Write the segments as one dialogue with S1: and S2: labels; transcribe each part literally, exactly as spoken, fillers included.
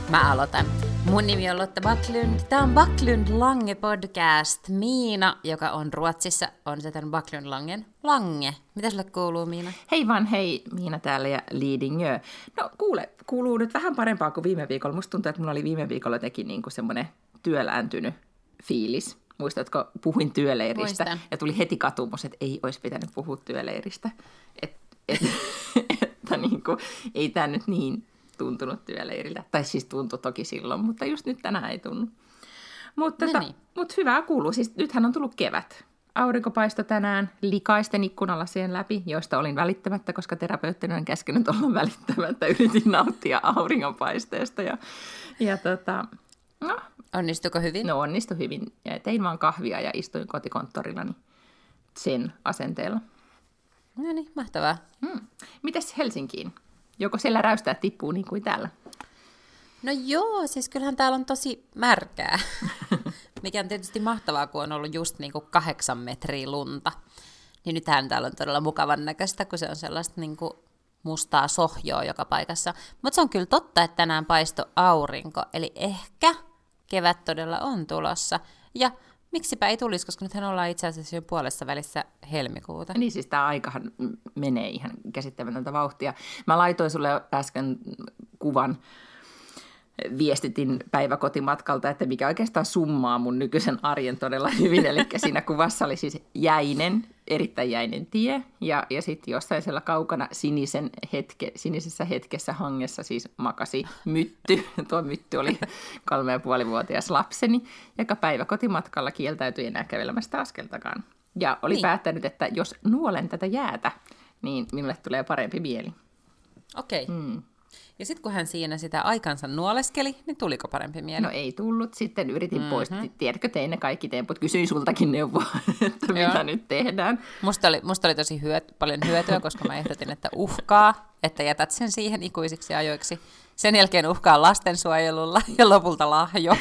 S1: Mä aloitan. Mun nimi on Lotta Backlund. Tää on Backlund Lange podcast. Miina, joka on Ruotsissa, on se tämän Backlund Langen Lange. Mitä sulle kuuluu, Miina?
S2: Hei vaan hei, Miina täällä ja Lidingö. No kuule, kuuluu nyt vähän parempaa kuin viime viikolla. Musta tuntuu, että mulla oli viime viikolla jotenkin niinku semmoinen työlääntynyt fiilis. Muistatko, puhuin työleiristä.
S1: Muistan.
S2: Ja tuli heti katumus, että ei olisi pitänyt puhua työleiristä. Et, et, että niinku, ei tämä nyt niin tuntunut työleiriltä. Tai siis tuntui toki silloin, mutta just nyt tänään ei tunnu. Mutta
S1: No
S2: tota,
S1: niin.
S2: mut hyvää kuuluu. Siis nythän on tullut kevät. Aurinko paistoi tänään likaisten ikkunalasien läpi, joista olin välittämättä, koska terapeuttini on käskenyt olla välittämättä. Yritin nauttia auringonpaisteesta. Ja, ja tota, no,
S1: Onnistuiko hyvin?
S2: no onnistui hyvin. Ja tein vaan kahvia ja istuin kotikonttorillani sen asenteella.
S1: No niin, mahtavaa.
S2: Hmm. Mites Helsinkiin? Joko siellä räystää tippuu niin kuin täällä?
S1: No joo, siis kyllähän täällä on tosi märkää, mikä on tietysti mahtavaa, kun on ollut just niin kuin kahdeksan metriä lunta. Niin nythän täällä on todella mukavan näköistä, kun se on sellaista niin kuin mustaa sohjoa joka paikassa. Mutta se on kyllä totta, että tänään paistoi aurinko, eli ehkä kevät todella on tulossa. Ja miksipä ei tulisi, koska nythän ollaan itse asiassa jo puolessa välissä helmikuuta.
S2: Niin siis tämä aikahan menee ihan käsittämätöntä vauhtia. Mä laitoin sulle äsken kuvan, viestitin päiväkotimatkalta, että mikä oikeastaan summaa mun nykyisen arjen todella hyvin. Eli siinä kuvassa oli siis jäinen, erittäin jäinen tie, ja, ja sitten jossain siellä kaukana sinisen hetke, sinisessä hetkessä hangessa siis makasi mytty. Tuo mytty oli kolme ja puolivuotias lapseni, joka päiväkotimatkalla kieltäytyi enää kävelemästä askeltakaan. Ja oli
S1: Niin.
S2: päättänyt, että jos nuolen tätä jäätä, niin minulle tulee parempi mieli.
S1: Okei.
S2: Mm.
S1: Ja sitten kun hän siinä sitä aikansa nuoleskeli, niin tuliko parempi mieli?
S2: No ei tullut. Sitten yritin
S1: Mhm.
S2: mm-hmm. pois. Tiedätkö, tein ne kaikki temput. Kysyin sultakin neuvoa, että
S1: Joo.
S2: mitä nyt tehdään.
S1: Musta oli, musta oli tosi hyöt, paljon hyötyä, koska mä ehdotin, että uhkaa, että jätät sen siihen ikuisiksi ajoiksi. Sen jälkeen uhkaa lastensuojelulla ja lopulta lahjo.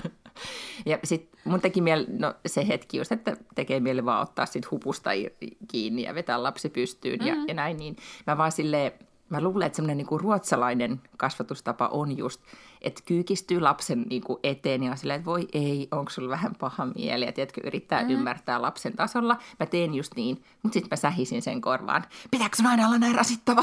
S2: Ja sitten mun teki mieli, no se hetki just, että tekee mieli vaan ottaa sit hupusta kiinni ja vetää lapsi pystyyn mm-hmm. ja, ja näin. Niin mä vaan silleen, mä luulen, että semmoinen niinku ruotsalainen kasvatustapa on just, että kyykistyy lapsen niinku eteen ja on silleen, että voi ei, onko sulla vähän paha mieli, ja tiedätkö, yrittää mm. ymmärtää lapsen tasolla. Mä teen just niin, mutta sitten mä sähisin sen korvaan. Pitääkö sun aina olla näin rasittava?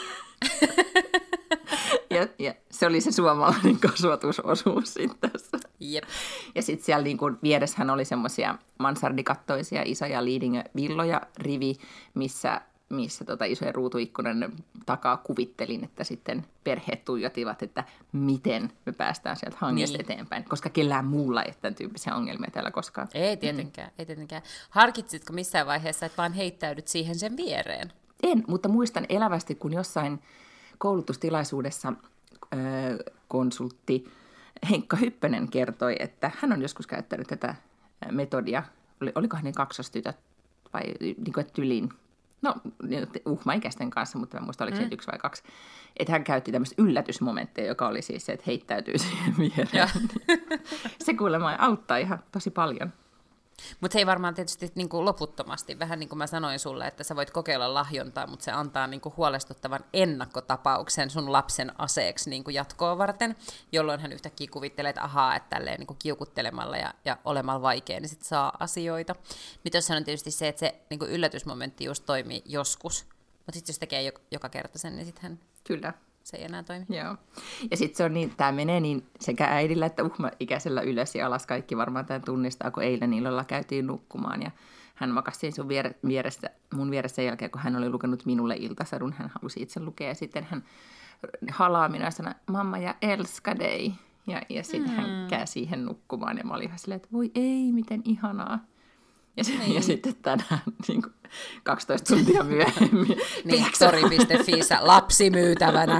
S2: ja, ja se oli se suomalainen kasvatusosuus sitten tässä.
S1: Jep.
S2: Ja sitten siellä niinku vieressähän oli semmoisia mansardikattoisia isoja Lidingö-villoja rivi, missä missä tota isojen ruutuikkunan takaa kuvittelin, että sitten perheet tuijotivat, että miten me päästään sieltä hangesta
S1: Niin.
S2: eteenpäin, koska kellään muulla ei ole tämän tyyppisiä ongelmia täällä koskaan.
S1: Ei tietenkään, mm. ei tietenkään. Harkitsitko missään vaiheessa, että vaan heittäydyt siihen sen viereen?
S2: En, mutta muistan elävästi, kun jossain koulutustilaisuudessa ö, konsultti Henkka Hyppönen kertoi, että hän on joskus käyttänyt tätä metodia, Oli, olikohan ne kaksostytöt vai niin kuin, tyliin, no uhmaikäisten kanssa, mutta en muista oliko mm. se yksi vai kaksi, että hän käytti tämmöistä yllätysmomentteja, joka oli siis se, että heittäytyy siihen viereen. Se kuulemma auttaa ihan tosi paljon.
S1: Mutta se ei varmaan tietysti niin kuin loputtomasti, vähän niin kuin mä sanoin sulle, että sä voit kokeilla lahjontaa, mutta se antaa niin kuin huolestuttavan ennakkotapauksen sun lapsen aseeksi niin kuin jatkoa varten, jolloin hän yhtäkkiä kuvittelee, että ahaa, että tälleen niin kuin kiukuttelemalla ja, ja olemalla vaikea, niin sit saa asioita. Nyt jos on tietysti se, että se niin kuin yllätysmomentti just toimii joskus, mutta sitten jos tekee joka kerta sen, niin sittenhän
S2: Kyllä.
S1: se ei enää toimi.
S2: Joo. Ja sitten se on niin, tämä menee niin sekä äidillä että uhmaikäisellä ylös ja alas. Kaikki varmaan tämän tunnistaa, kun eilen illalla käytiin nukkumaan ja hän makasi sun viere, vieressä, mun vieressä sen jälkeen, kun hän oli lukenut minulle iltasadun. Hän halusi itse lukea ja sitten hän halaa minä sanoi, mamma ja elska dig. Ja, ja sitten mm. hän käy siihen nukkumaan ja mä olin ihan silleen, että voi ei, miten ihanaa. Ja, se, niin. ja sitten tänään niin kuin kaksitoista tuntia myöhemmin.
S1: Niin, tori piste fiissä lapsi myytävänä.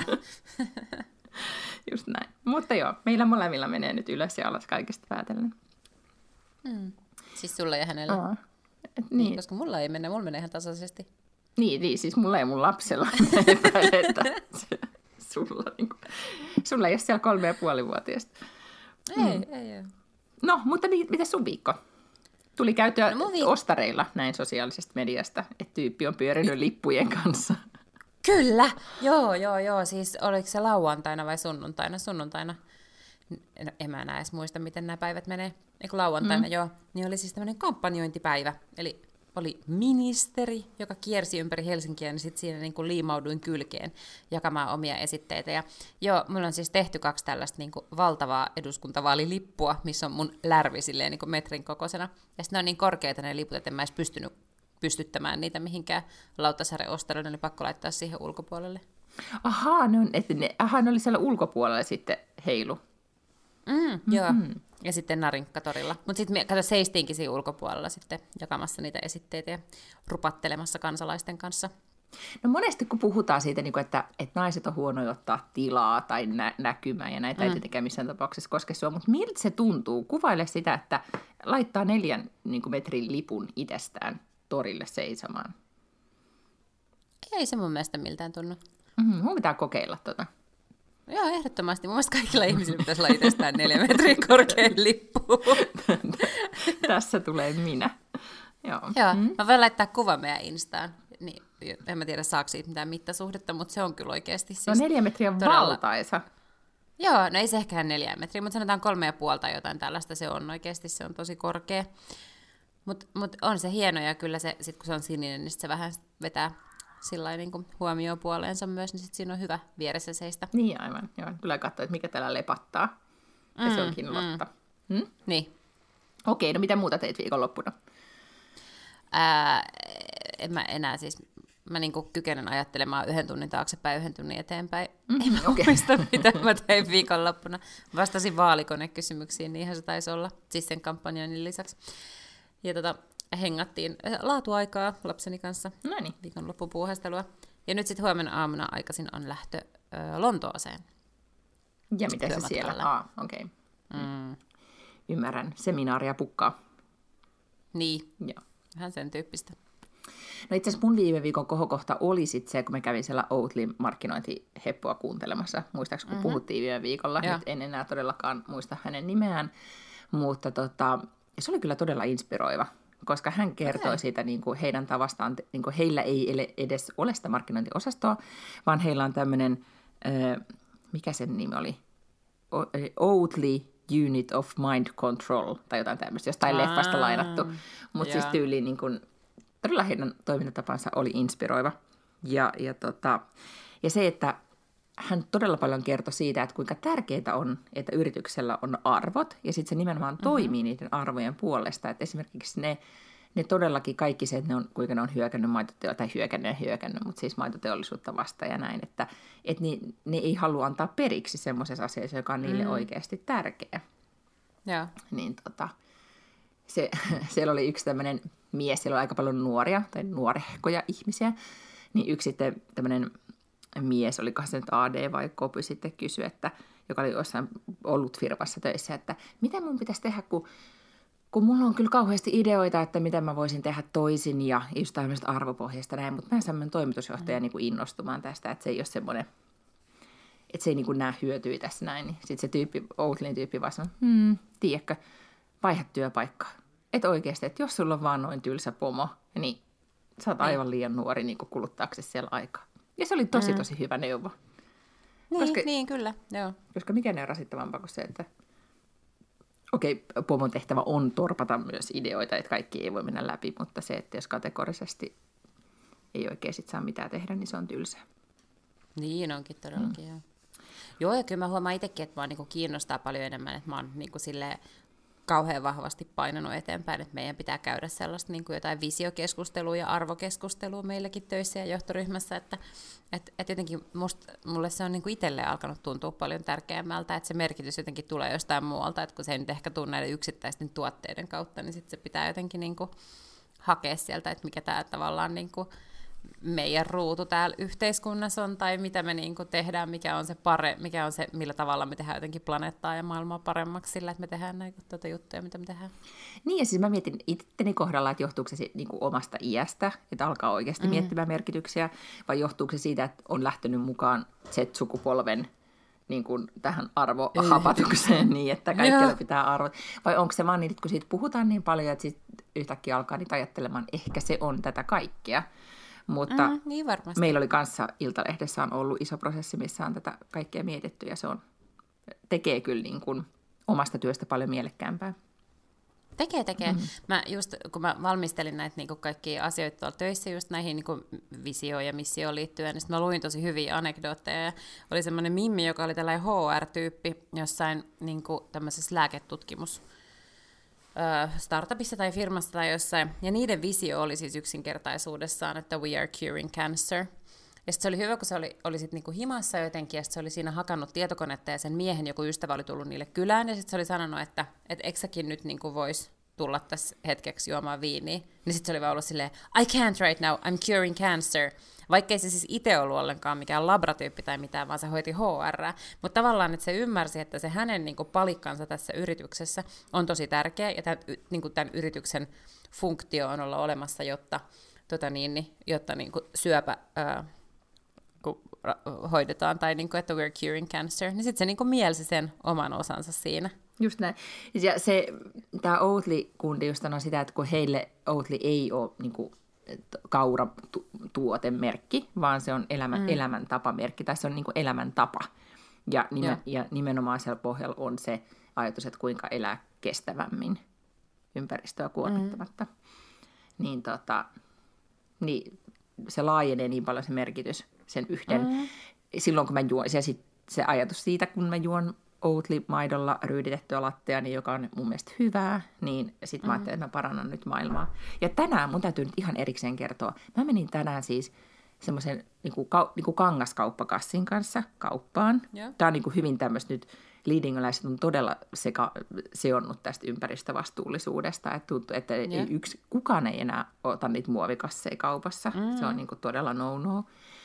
S2: Just näin. Mutta joo, meillä molemmilla menee nyt ylös ja alas kaikesta päätellen.
S1: Hmm. Siis sulla ja hänellä?
S2: Aa, et
S1: niin.
S2: niin.
S1: Koska mulla ei mene, mulla menee ihan tasaisesti.
S2: Niin, niin, siis mulla ja mun lapsella epäilen, että se, sulla, niin kuin, sulla ei ole siellä kolme ja puoli vuotiaista.
S1: Ei, mm. ei, ei.
S2: No, mutta mi- miten sun viikko? Tuli käytyä
S1: no, viik-
S2: ostareilla näin sosiaalisesta mediasta, että tyyppi on pyörinyt lippujen kanssa.
S1: Kyllä, joo, joo, joo. Siis oliko se lauantaina vai sunnuntaina? Sunnuntaina. no, en mä enää edes muista, miten nämä päivät menee, eikö lauantaina, mm. joo, niin oli siis tämmöinen kampanjointipäivä, eli oli ministeri, joka kiersi ympäri Helsinkiä, niin sitten siinä niin kuin liimauduin kylkeen jakamaan omia esitteitä. Ja joo, mulla on siis tehty kaksi tällaista niin kuin valtavaa eduskuntavaalilippua, missä on mun lärvi silleen niin kuin metrin kokoisena. Ja sitten ne on niin korkeita ne liput, että en mä edes pystynyt pystyttämään niitä mihinkään Lauttasaaren ostalle, ne oli pakko laittaa siihen ulkopuolelle.
S2: Ahaa, ne, on, että ne, aha, ne oli siellä ulkopuolella sitten heilu.
S1: Mm, joo, mm-hmm. Ja sitten Narinkkatorilla. Mutta sitten me kato, seistiinkin siinä ulkopuolella sitten jakamassa niitä esitteitä ja rupattelemassa kansalaisten kanssa.
S2: No monesti kun puhutaan siitä, että, että naiset on huonoja ottaa tilaa tai nä- näkymään ja näitä mm. ei tietenkään missään tapauksessa koske sua, mutta miltä se tuntuu? Kuvaile sitä, että laittaa neljän niin kuin metrin lipun itsestään torille seisomaan.
S1: Ei se mun mielestä miltään tunnu.
S2: Mm-hmm, mun pitää kokeilla tuota.
S1: Joo, ehdottomasti. Mun mielestä kaikilla ihmisillä pitäisi olla itsestään neljä metriä korkein lippu.
S2: Tässä tulee minä. Joo,
S1: Joo mm. mä voin laittaa kuvan meidän Instaan. Niin, en mä tiedä, saako siitä mitään mittasuhdetta, mutta se on kyllä oikeasti siis...
S2: No neljä metriä on todella... valtaisa.
S1: Joo, no ei se ehkä neljä metriä, mutta sanotaan kolme ja puoli tai jotain tällaista. Se on oikeasti, se on tosi korkea. Mutta mut on se hieno ja kyllä se, sit kun se on sininen, niin sit se vähän vetää... Sillain niin kuin huomioon puoleensa myös, niin sitten siinä on hyvä vieressä seistä.
S2: Niin aivan, joo. Tulee katsoa, että mikä täällä lepattaa. Ja mm, se onkin Lotta.
S1: Mm. Hmm? Niin.
S2: Okei, no mitä muuta teit viikonloppuna?
S1: Ää, en mä enää siis, mä niin kuin kykenen ajattelemaan yhden tunnin taaksepäin, yhden tunnin eteenpäin. Mm, en mä okay. muista, mitä mä tein viikonloppuna. Vastasin vaalikonekysymyksiin, niinhän se taisi olla, siis sen kampanjoinnin lisäksi. Ja tota... hengattiin laatuaikaa lapseni kanssa,
S2: Noniin.
S1: Viikonloppupuuhastelua. Ja nyt sitten huomenna aamuna aikaisin on lähtö ö, Lontooseen.
S2: Ja miten se siellä? Ah, okei. Okay. Mm. Ymmärrän. Seminaaria pukkaa.
S1: Niin,
S2: Joo.
S1: vähän sen tyyppistä.
S2: No itse asiassa mun viime viikon kohokohta oli sitten se, kun mä kävin siellä Outlin markkinointiheppua kuuntelemassa. Muistaakseni, kun mm-hmm. puhuttiin viime viikolla. Nyt en enää todellakaan muista hänen nimeään. Mutta tota, se oli kyllä todella inspiroiva. Koska hän kertoi okay. siitä niin kuin heidän tavastaan, niin kuin heillä ei edes ole sitä markkinointiosastoa, vaan heillä on tämmöinen, äh, mikä sen nimi oli, Oatly Unit of Mind Control, tai jotain tämmöistä, jostain Aa, leffasta lainattu. Mutta siis tyyliin, niin kuin, todella heidän toimintatapansa oli inspiroiva. Ja, ja, tota, ja se, että hän todella paljon kertoi siitä, että kuinka tärkeää on, että yrityksellä on arvot, ja sitten se nimenomaan toimii mm-hmm. niiden arvojen puolesta. Että esimerkiksi ne, ne todellakin kaikki se, että ne on, kuinka ne on hyökännyt maitoteollisuutta, tai hyökännyt ja hyökännyt, mutta siis maitoteollisuutta vastaan ja näin, että, että ne, ne ei halua antaa periksi semmoisessa asiassa, joka on niille mm-hmm. oikeasti tärkeä.
S1: Yeah.
S2: Niin tota, se, siellä oli yksi tämmöinen mies, siellä oli aika paljon nuoria, tai nuorehkoja ihmisiä, niin yksi sitten tämmöinen mies, olikohan se nyt A D vai Kopy sitten kysyi, että, joka oli jossain ollut firmassa töissä, että mitä mun pitäisi tehdä, kun, kun mulla on kyllä kauheasti ideoita, että mitä mä voisin tehdä toisin ja just tämmöistä arvopohjasta näin, mutta mä en saa toimitusjohtaja mm. niin kuin innostumaan tästä, että se ei ole semmoinen, että se ei niin kuin näe hyötyä tässä näin. Niin sitten se tyyppi, Outlin tyyppi vaan sanoi, hmm, tiedätkö, vaihda työpaikkaa. Että oikeasti, että jos sulla on vaan noin tylsä pomo, niin sä oot aivan liian nuori niin kuin kuluttaaksesi siellä aikaa. Ja se oli tosi, mm. tosi hyvä neuvo.
S1: Niin,
S2: koska,
S1: niin kyllä. Joo.
S2: Koska mikään ei ole rasittavampaa kuin se, että okei, okay, pomon tehtävä on torpata myös ideoita, että kaikki ei voi mennä läpi, mutta se, että jos kategorisesti ei oikein sit saa mitään tehdä, niin se on tylsää.
S1: Niin onkin todellakin, mm. joo. Joo, ja kyllä mä huomaan itsekin, että mua niinku kiinnostaa paljon enemmän, että mä oon niinku silleen kauhean vahvasti painanut eteenpäin, että meidän pitää käydä sellaista niin kuin jotain visiokeskustelua ja arvokeskustelua meilläkin töissä ja johtoryhmässä, että et, et jotenkin musta, mulle se on niin kuin itselleen alkanut tuntua paljon tärkeämmältä, että se merkitys jotenkin tulee jostain muualta, että kun se ei nyt ehkä tule näiden yksittäisten tuotteiden kautta, niin sitten se pitää jotenkin niin kuin hakea sieltä, että mikä tämä tavallaan niin kuin meidän ruutu täällä yhteiskunnassa on, tai mitä me niinku tehdään, mikä on se pare, mikä on se, millä tavalla me tehdään jotenkin planeettaa ja maailmaa paremmaksi sillä, että me tehdään näitä tuota juttuja, mitä me tehdään.
S2: Niin, ja siis mä mietin itteni kohdalla, että johtuuko se niinku omasta iästä, että alkaa oikeasti mm. miettimään merkityksiä, vai johtuuko se siitä, että on lähtenyt mukaan Z-sukupolven niin kuin tähän arvohapatukseen niin, että kaikille pitää arvot. Vai onko se vaan niin, että kun siitä puhutaan niin paljon, että sitten yhtäkkiä alkaa niitä ajattelemaan, ehkä se on tätä kaikkea. Mutta
S1: mm, niin varmasti.
S2: Meillä oli kanssa Iltalehdessä on ollut iso prosessi, missä on tätä kaikkea mietitty, ja se on tekee kyllä niin kuin omasta työstä paljon mielekkäämpää.
S1: Tekee, tekee. Mm. Mä just, kun mä valmistelin näitä niin kaikkia asioita tuolla töissä just näihin niin visioon ja missioon liittyen, niin mä luin tosi hyviä anekdootteja. Ja oli semmoinen mimmi, joka oli tällainen H R-tyyppi jossain niin tämmöisessä lääketutkimus startupissa tai firmassa tai jossain. Ja niiden visio oli siis yksinkertaisuudessaan, että we are curing cancer. Ja sitten se oli hyvä, kun se oli, oli sit niinku himassa jotenkin, ja se oli siinä hakannut tietokonetta, ja sen miehen joku ystävä oli tullut niille kylään, ja sitten se oli sanonut, että et eikö säkin nyt niinku vois tulla tässä hetkeksi juomaan viiniä. Niin sitten se oli vaan ollut silleen, I can't right now, I'm curing cancer. Vaikkei se siis itse ollut ollenkaan mikään labratyyppi tai mitään, vaan se hoiti H R. Mutta tavallaan, että se ymmärsi, että se hänen niinku palikkansa tässä yrityksessä on tosi tärkeä, ja tämän, niinku tämän yrityksen funktio on olla olemassa, jotta, tota niin, jotta niinku syöpä... Ää, kun hoidetaan, tai niin kuin, että we're curing cancer, niin sitten se niin kuin mielsi sen oman osansa siinä.
S2: Just näin. Ja se, tämä Oatly-kundi just sanoi sitä, että kun heille Oatly ei ole niin kuin kauratuotemerkki, vaan se on elämän, mm. elämäntapamerkki, tai se on niin kuin elämäntapa. Ja, nimen, ja nimenomaan siellä pohjalla on se ajatus, että kuinka elää kestävämmin ympäristöä kuormittamatta. Mm. Niin, tota, niin se laajenee niin paljon se merkitys sen yhden. Mm. Silloin kun mä juon, se, sit, se ajatus siitä, kun mä juon Oatly-maidolla ryyditettyä lattea, niin joka on mun mielestä hyvää, niin sit mä ajattelin, että mä parannan nyt maailmaa. Ja tänään mun täytyy nyt ihan erikseen kertoa. Mä menin tänään siis semmoisen niinku, ka, niinku kangaskauppakassin kanssa kauppaan. Yeah. Tää on niinku hyvin tämmöistä nyt, leadingoläiset on todella seka, seonnut tästä ympäristövastuullisuudesta, että tuntuu, että yeah. yksi, kukaan ei enää ota niitä muovikasseja kaupassa. Mm. Se on niinku todella no-no.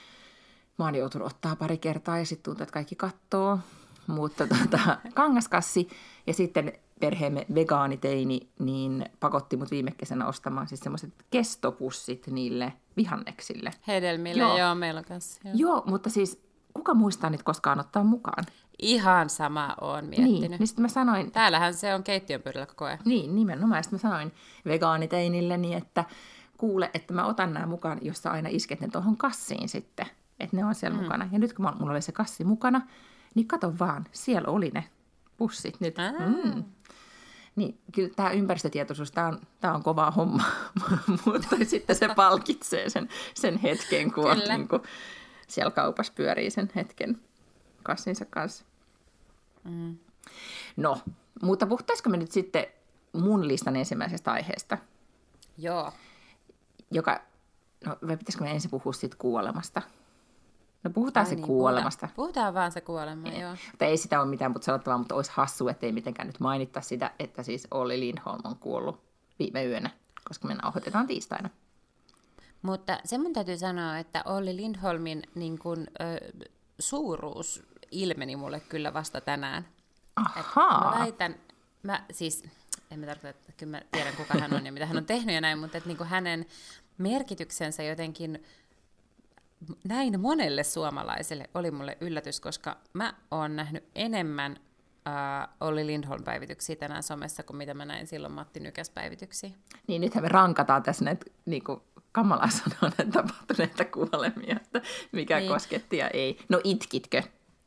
S2: Mä oon joutunut ottaa pari kertaa ja sitten tuntuu, että kaikki kattoo. Mutta tota, kangaskassi ja sitten perheemme vegaaniteini niin pakotti mut viime kesänä ostamaan siis semmoiset kestopussit niille vihanneksille.
S1: Hedelmille, joo, joo meillä on kanssa.
S2: Joo. joo, mutta siis kuka muistaa niitä koskaan ottaa mukaan?
S1: Ihan sama oon miettinyt.
S2: Niin, niin sitten mä sanoin...
S1: Täällähän se on keittiön pöydällä koko ajan.
S2: Niin, nimenomaan. Sitten mä sanoin vegaaniteinilleni, että kuule, että mä otan nämä mukaan, jos sä aina isket ne tuohon kassiin sitten. Että ne on siellä mm. mukana. Ja nyt kun mulla oli se kassi mukana, niin kato vaan, siellä oli ne pussit nyt. Mm. Niin kyllä tämä ympäristötietoisuus, tämä on, tämä on kovaa homma, mutta sitten se palkitsee sen, sen hetken, kun, on, niin kun siellä kaupassa pyörii sen hetken kassinsa kanssa. Mm. No, mutta puhuttaisiko me nyt sitten mun listan ensimmäisestä aiheesta?
S1: Joo.
S2: Joka, no vai pitäisikö me ensin puhua siitä kuolemasta? No puhutaan Ai se niin, kuolemasta.
S1: Puhutaan, puhutaan vaan se kuolema,
S2: ei.
S1: joo.
S2: Mutta ei sitä ole mitään mutta sanottavaa, mutta olisi hassu, ettei mitenkään nyt mainita sitä, että siis Olli Lindholm on kuollut viime yönä, koska me nauhoitetaan tiistaina.
S1: Mutta se mun täytyy sanoa, että Olli Lindholmin niin kun, ö, suuruus ilmeni mulle kyllä vasta tänään.
S2: Ahaa.
S1: Mä väitän, mä siis, en mä tarkoita, että kyllä mä tiedän kuka hän on ja mitä hän on tehnyt ja näin, mutta että niin kuin hänen merkityksensä jotenkin näin monelle suomalaiselle oli mulle yllätys, koska mä oon nähnyt enemmän äh, Olli Lindholm-päivityksiä tänään somessa kuin mitä mä näin silloin Matti Nykäs-päivityksiä.
S2: Niin, nythän me rankataan tässä näitä niin kuin kamalaa sanoa tapahtuneita kuolemia, että mikä niin kosketti ja ei. No itkitkö?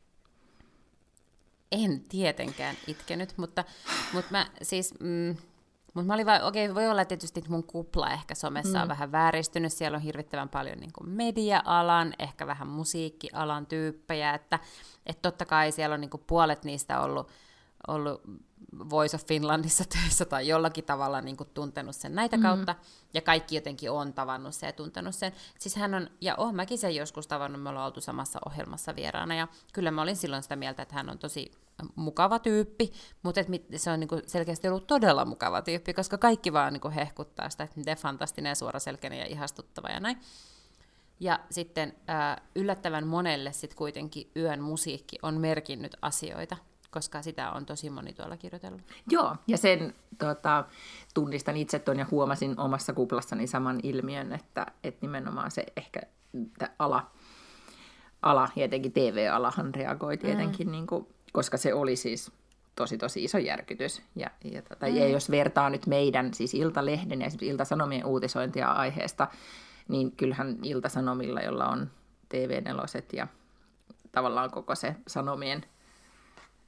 S1: En tietenkään itkenyt, mutta, mutta mä siis... Mm, Mutta mä olin vaan, okei, okay, voi olla tietysti, että mun kupla ehkä somessa mm. on vähän vääristynyt. Siellä on hirvittävän paljon niin kuin media-alan, ehkä vähän musiikkialan tyyppejä. Että, että totta kai siellä on niin kuin puolet niistä ollut, ollut Voice of Finlandissa töissä tai jollakin tavalla niin kuin tuntenut sen näitä mm. kautta. Ja kaikki jotenkin on tavannut sen ja tuntenut sen. Siis hän on, ja oon mäkin sen joskus tavannut, me ollaan oltu samassa ohjelmassa vieraana. Ja kyllä mä olin silloin sitä mieltä, että hän on tosi mukava tyyppi, mutta se on niinku selkeästi ollut todella mukava tyyppi, koska kaikki vaan niinku hehkuttaa sitä, että miten fantastinen ja suoraselkäinen ja ihastuttava ja näin. Ja sitten ää, yllättävän monelle sit kuitenkin yön musiikki on merkinnyt asioita, koska sitä on tosi moni tuolla kirjoitellut.
S2: Joo, ja sen tota, tunnistan itse tuon ja huomasin omassa kuplassani saman ilmiön, että, että nimenomaan se ehkä ala, ala, ja etenkin T V-alahan reagoi tietenkin, mm. niin kuin, koska se oli siis tosi tosi iso järkytys. Ja, ja, tota, mm. ja jos vertaa nyt meidän, siis Iltalehden ja Ilta-Sanomien uutisointia aiheesta, niin kyllähän Ilta-Sanomilla, jolla on T V neljä ja tavallaan koko se Sanomien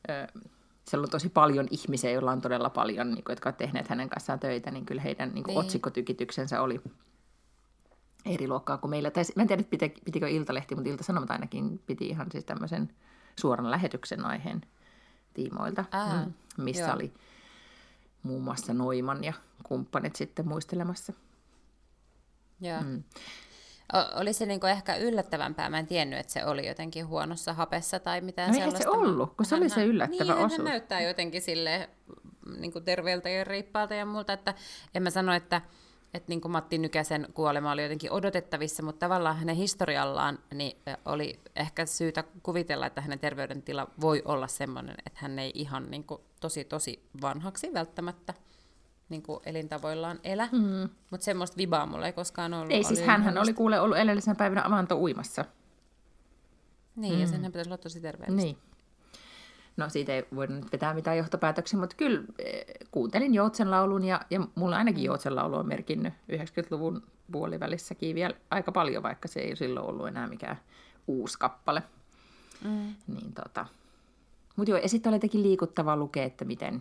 S2: siellä on tosi paljon ihmisiä, joilla on todella paljon, niin kuin, jotka ovat tehneet hänen kanssaan töitä, niin kyllä heidän niin kuin niin. otsikkotykityksensä oli eri luokkaa kuin meillä. Tai, mä en tiedä, pitikö Iltalehti, mutta Ilta-Sanomat ainakin piti ihan siis tämmöisen suoran lähetyksen aiheen tiimoilta,
S1: Aa,
S2: mm, missä
S1: joo.
S2: oli muun muassa Noiman ja kumppanit sitten muistelemassa.
S1: Joo. Mm. O- oli se niinku ehkä yllättävämpää. Mä en tiennyt, että se oli jotenkin huonossa hapessa tai mitään
S2: no
S1: sellaista.
S2: No eihän se ollut, kun se
S1: hän,
S2: oli se yllättävä
S1: niin,
S2: osuus.
S1: Niin, näyttää jotenkin silleen niinku terveeltä ja reippaalta ja multa, että en mä sano, että että niin kuin Matti Nykäsen kuolema oli jotenkin odotettavissa, mutta tavallaan hänen historiallaan niin oli ehkä syytä kuvitella, että hänen terveydentila voi olla semmoinen, että hän ei ihan niin kuin tosi tosi vanhaksi välttämättä niin kuin elintavoillaan elä, mm. mutta semmoista vibaa mulla ei koskaan ollut.
S2: Ei, siis hänhän oli kuule ollut edellisenä päivänä avanto-uimassa.
S1: Niin, mm. ja senhän pitäisi olla tosi terveellistä.
S2: Niin. No siitä ei voida nyt vetää mitään johtopäätöksiä, mutta kyllä kuuntelin Joutsenlaulun ja, ja mulla ainakin Joutsenlaulu on merkinnyt yhdeksänkymmentäluvun puolivälissäkin vielä aika paljon, vaikka se ei silloin ollut enää mikään uusi kappale. Mm. Niin tota. Mutta joo, ja sitten oli jotenkin liikuttavaa lukea, että miten,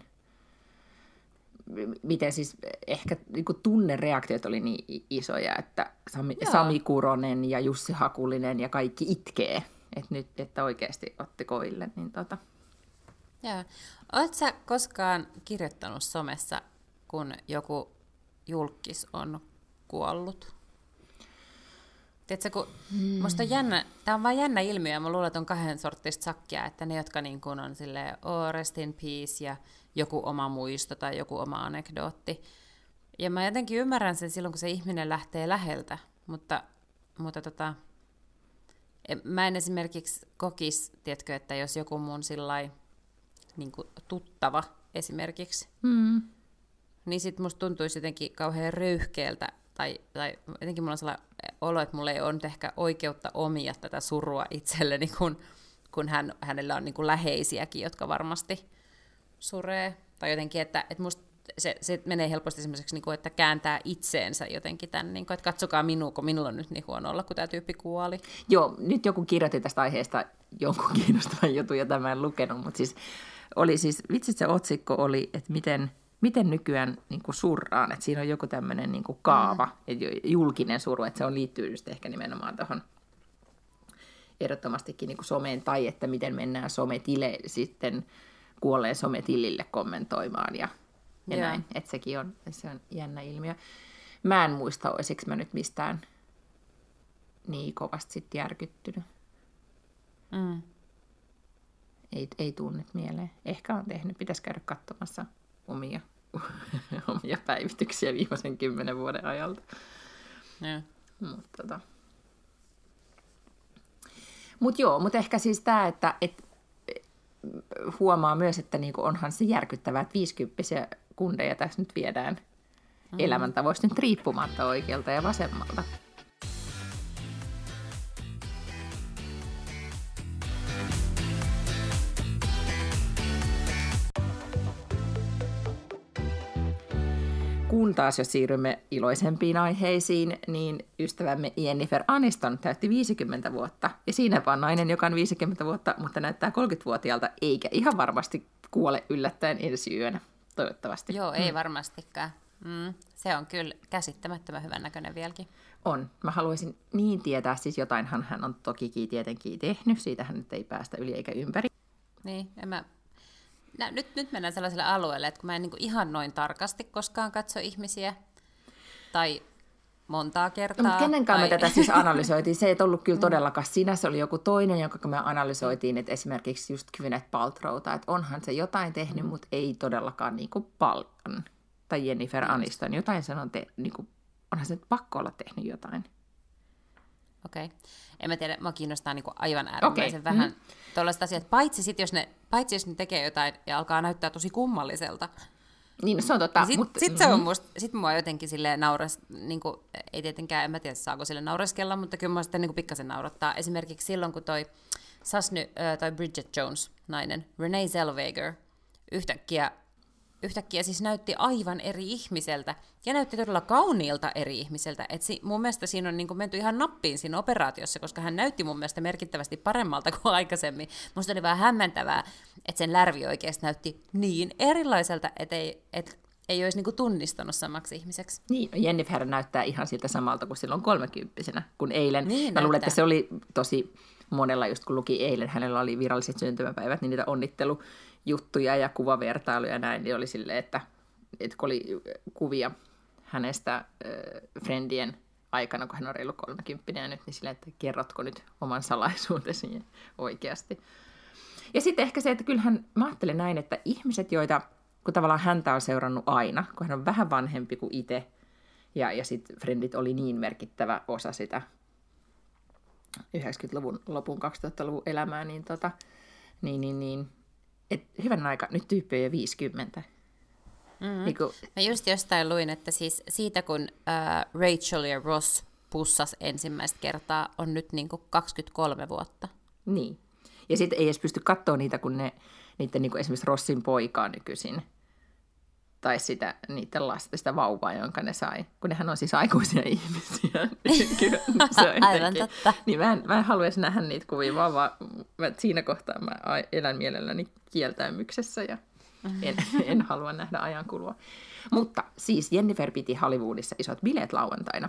S2: miten siis ehkä niin tunnereaktiot oli niin isoja, että Sami, Sami Kuronen ja Jussi Hakulinen ja kaikki itkee, että nyt että oikeasti otti koille, niin tota.
S1: Joo. Oletko sä koskaan kirjoittanut somessa, kun joku julkkis on kuollut? Tiedätkö, kun hmm. musta on jännä, tämä on vaan jännä ilmiö, ja mä luulen, että on kahden sorttista sakkia, että ne, jotka niin kuin on silleen, oh, rest in peace, ja joku oma muisto tai joku oma anekdootti. Ja mä jotenkin ymmärrän sen silloin, kun se ihminen lähtee läheltä, mutta, mutta tota, mä en esimerkiksi kokisi, tiedätkö, että jos joku mun sillai, niin kuin tuttava esimerkiksi, mm. niin sitten musta tuntuisi jotenkin kauhean röyhkeältä, tai, tai jotenkin mulla on sellainen olo, että mulla ei ole nyt ehkä oikeutta omia tätä surua itselleni, kun, kun hän, hänellä on niin kuin läheisiäkin, jotka varmasti suree. Tai jotenkin, että, että musta se, se menee helposti semmoiseksi, niin kuin, että kääntää itseensä jotenkin tämän, niin kuin, että katsokaa minua, kun minulla on nyt niin huono olla, kun tämä tyyppi kuoli.
S2: Joo, nyt joku kirjoitti tästä aiheesta jonkun kiinnostavan jutun, jota mä en lukenut, mutta siis oli siis, vitsi se otsikko oli, että miten, miten nykyään niin kuin surraan, että siinä on joku tämmöinen niin kuin kaava, mm. julkinen suru, että se on liittyy just ehkä nimenomaan tuohon ehdottomastikin niin kuin someen, tai että miten mennään sometile sitten kuolleen sometilille kommentoimaan ja, ja näin, että sekin on, se on jännä ilmiö. Mä en muista, olisiko mä nyt mistään niin kovasti sitten järkyttynyt. Mm. Ei, ei tule nyt mieleen. Ehkä on tehnyt. Pitäisi käydä katsomassa omia, omia päivityksiä viimeisen kymmenen vuoden ajalta.
S1: Yeah.
S2: Mutta tota. Mut joo, mutta ehkä siis tämä, että et, huomaa myös, että niinku onhan se järkyttävää, että viisikymppisiä kundeja tässä nyt viedään mm. elämäntavoista nyt riippumatta oikealta ja vasemmalta. Kun taas jos siirrymme iloisempiin aiheisiin, niin ystävämme Jennifer Aniston täytti viisikymmentä vuotta. Ja siinä vaan nainen, joka on viisikymmentä vuotta, mutta näyttää kolmekymmentävuotiaalta, eikä ihan varmasti kuole yllättäen ensi yönä, toivottavasti.
S1: Joo, ei mm. varmastikaan. Mm. Se on kyllä käsittämättömän hyvän näköinen vieläkin.
S2: On. Mä haluaisin niin tietää, siis jotainhan hän on toki tietenkin tehnyt, siitähän nyt ei päästä yli eikä ympäri.
S1: Niin, en mä... No, nyt, nyt mennään sellaiselle alueelle, että kun mä en niin kuin ihan noin tarkasti koskaan katso ihmisiä, tai montaa kertaa.
S2: No, mutta kenen
S1: tai...
S2: me tätä siis analysoitiin? Se ei ollut kyllä todellakaan sinä, se oli joku toinen, jonka me analysoitiin, että esimerkiksi just Gwyneth Paltrowta, että onhan se jotain tehnyt, mm. mutta ei todellakaan niin kuin paljon. Tai Jennifer mm. Aniston, jotain sen on tehnyt, niin kuin, onhan se pakko olla tehnyt jotain.
S1: Okei. Okay. En mä tiedä, mua kiinnostaa niin kuin aivan äärimmäisen
S2: okay.
S1: vähän
S2: mm.
S1: tuollaiset asiat, paitsi, sit, jos ne, paitsi jos ne tekee jotain ja alkaa näyttää tosi kummalliselta.
S2: Niin, se on totta.
S1: Niin sit,
S2: mutta...
S1: sit se on musta, sit mua jotenkin silleen naures, niin kuin, ei tietenkään, en mä tiedä saako sille naureskella, mutta kyllä mua sitten niin kuin pikkasen naurattaa. Esimerkiksi silloin, kun toi Sasny, toi Bridget Jones, nainen, Renee Zellweger, yhtäkkiä, yhtäkkiä siis näytti aivan eri ihmiseltä, ja näytti todella kauniilta eri ihmiseltä. Et si, mun mielestä siinä on niin kuin menty ihan nappiin siinä operaatiossa, koska hän näytti mun mielestä merkittävästi paremmalta kuin aikaisemmin. Musta oli vähän hämmentävää, että sen lärvi oikeasti näytti niin erilaiselta, että ei, et, ei olisi niin kuin tunnistanut samaksi ihmiseksi.
S2: Niin, Jennifer näyttää ihan siltä samalta kuin silloin kolmekymppisenä, kun eilen.
S1: Niin,
S2: mä luulen,
S1: näyttää.
S2: että se oli tosi monella, just kun luki eilen, hänellä oli viralliset syntymäpäivät, niin niitä onnittelujuttuja ja kuvavertailuja ja näin, niin oli silleen, että, että kun oli kuvia hänestä äh, friendien aikana, kun hän on reilu kolmekymppinen ja nyt, niin silleen, että kerrotko nyt oman salaisuutesi oikeasti. Ja sitten ehkä se, että kyllähän mä ajattelen näin, että ihmiset, joita, kun tavallaan häntä on seurannut aina, kun hän on vähän vanhempi kuin itse, ja, ja sitten friendit oli niin merkittävä osa sitä yhdeksänkymmentäluvun lopun, kaksituhattaluvun elämää, niin, tota, niin, niin, niin et hyvän aika, nyt tyyppi on jo viisikymmentä.
S1: Mm-hmm.
S2: Niin kun,
S1: mä just jostain luin, että siis siitä kun äh, Rachel ja Ross pussas ensimmäistä kertaa, on nyt niin kuin kaksikymmentäkolme vuotta.
S2: Niin. Ja sitten ei edes pysty katsoa niitä, kun ne, niiden niin kuin esimerkiksi Rossin poikaa nykyisin, tai sitä, niiden lasta, sitä vauvaa, jonka ne sai, kun nehän on siis aikuisia ihmisiä. Kyllä, se on
S1: Aivan totta.
S2: Niin mä en, mä en haluaisi nähdä niitä kuvia, vaan, vaan mä, siinä kohtaa mä elän mielelläni kieltäymyksessä ja en, en halua nähdä ajankulua. Mutta siis Jennifer piti Hollywoodissa isot bileet lauantaina.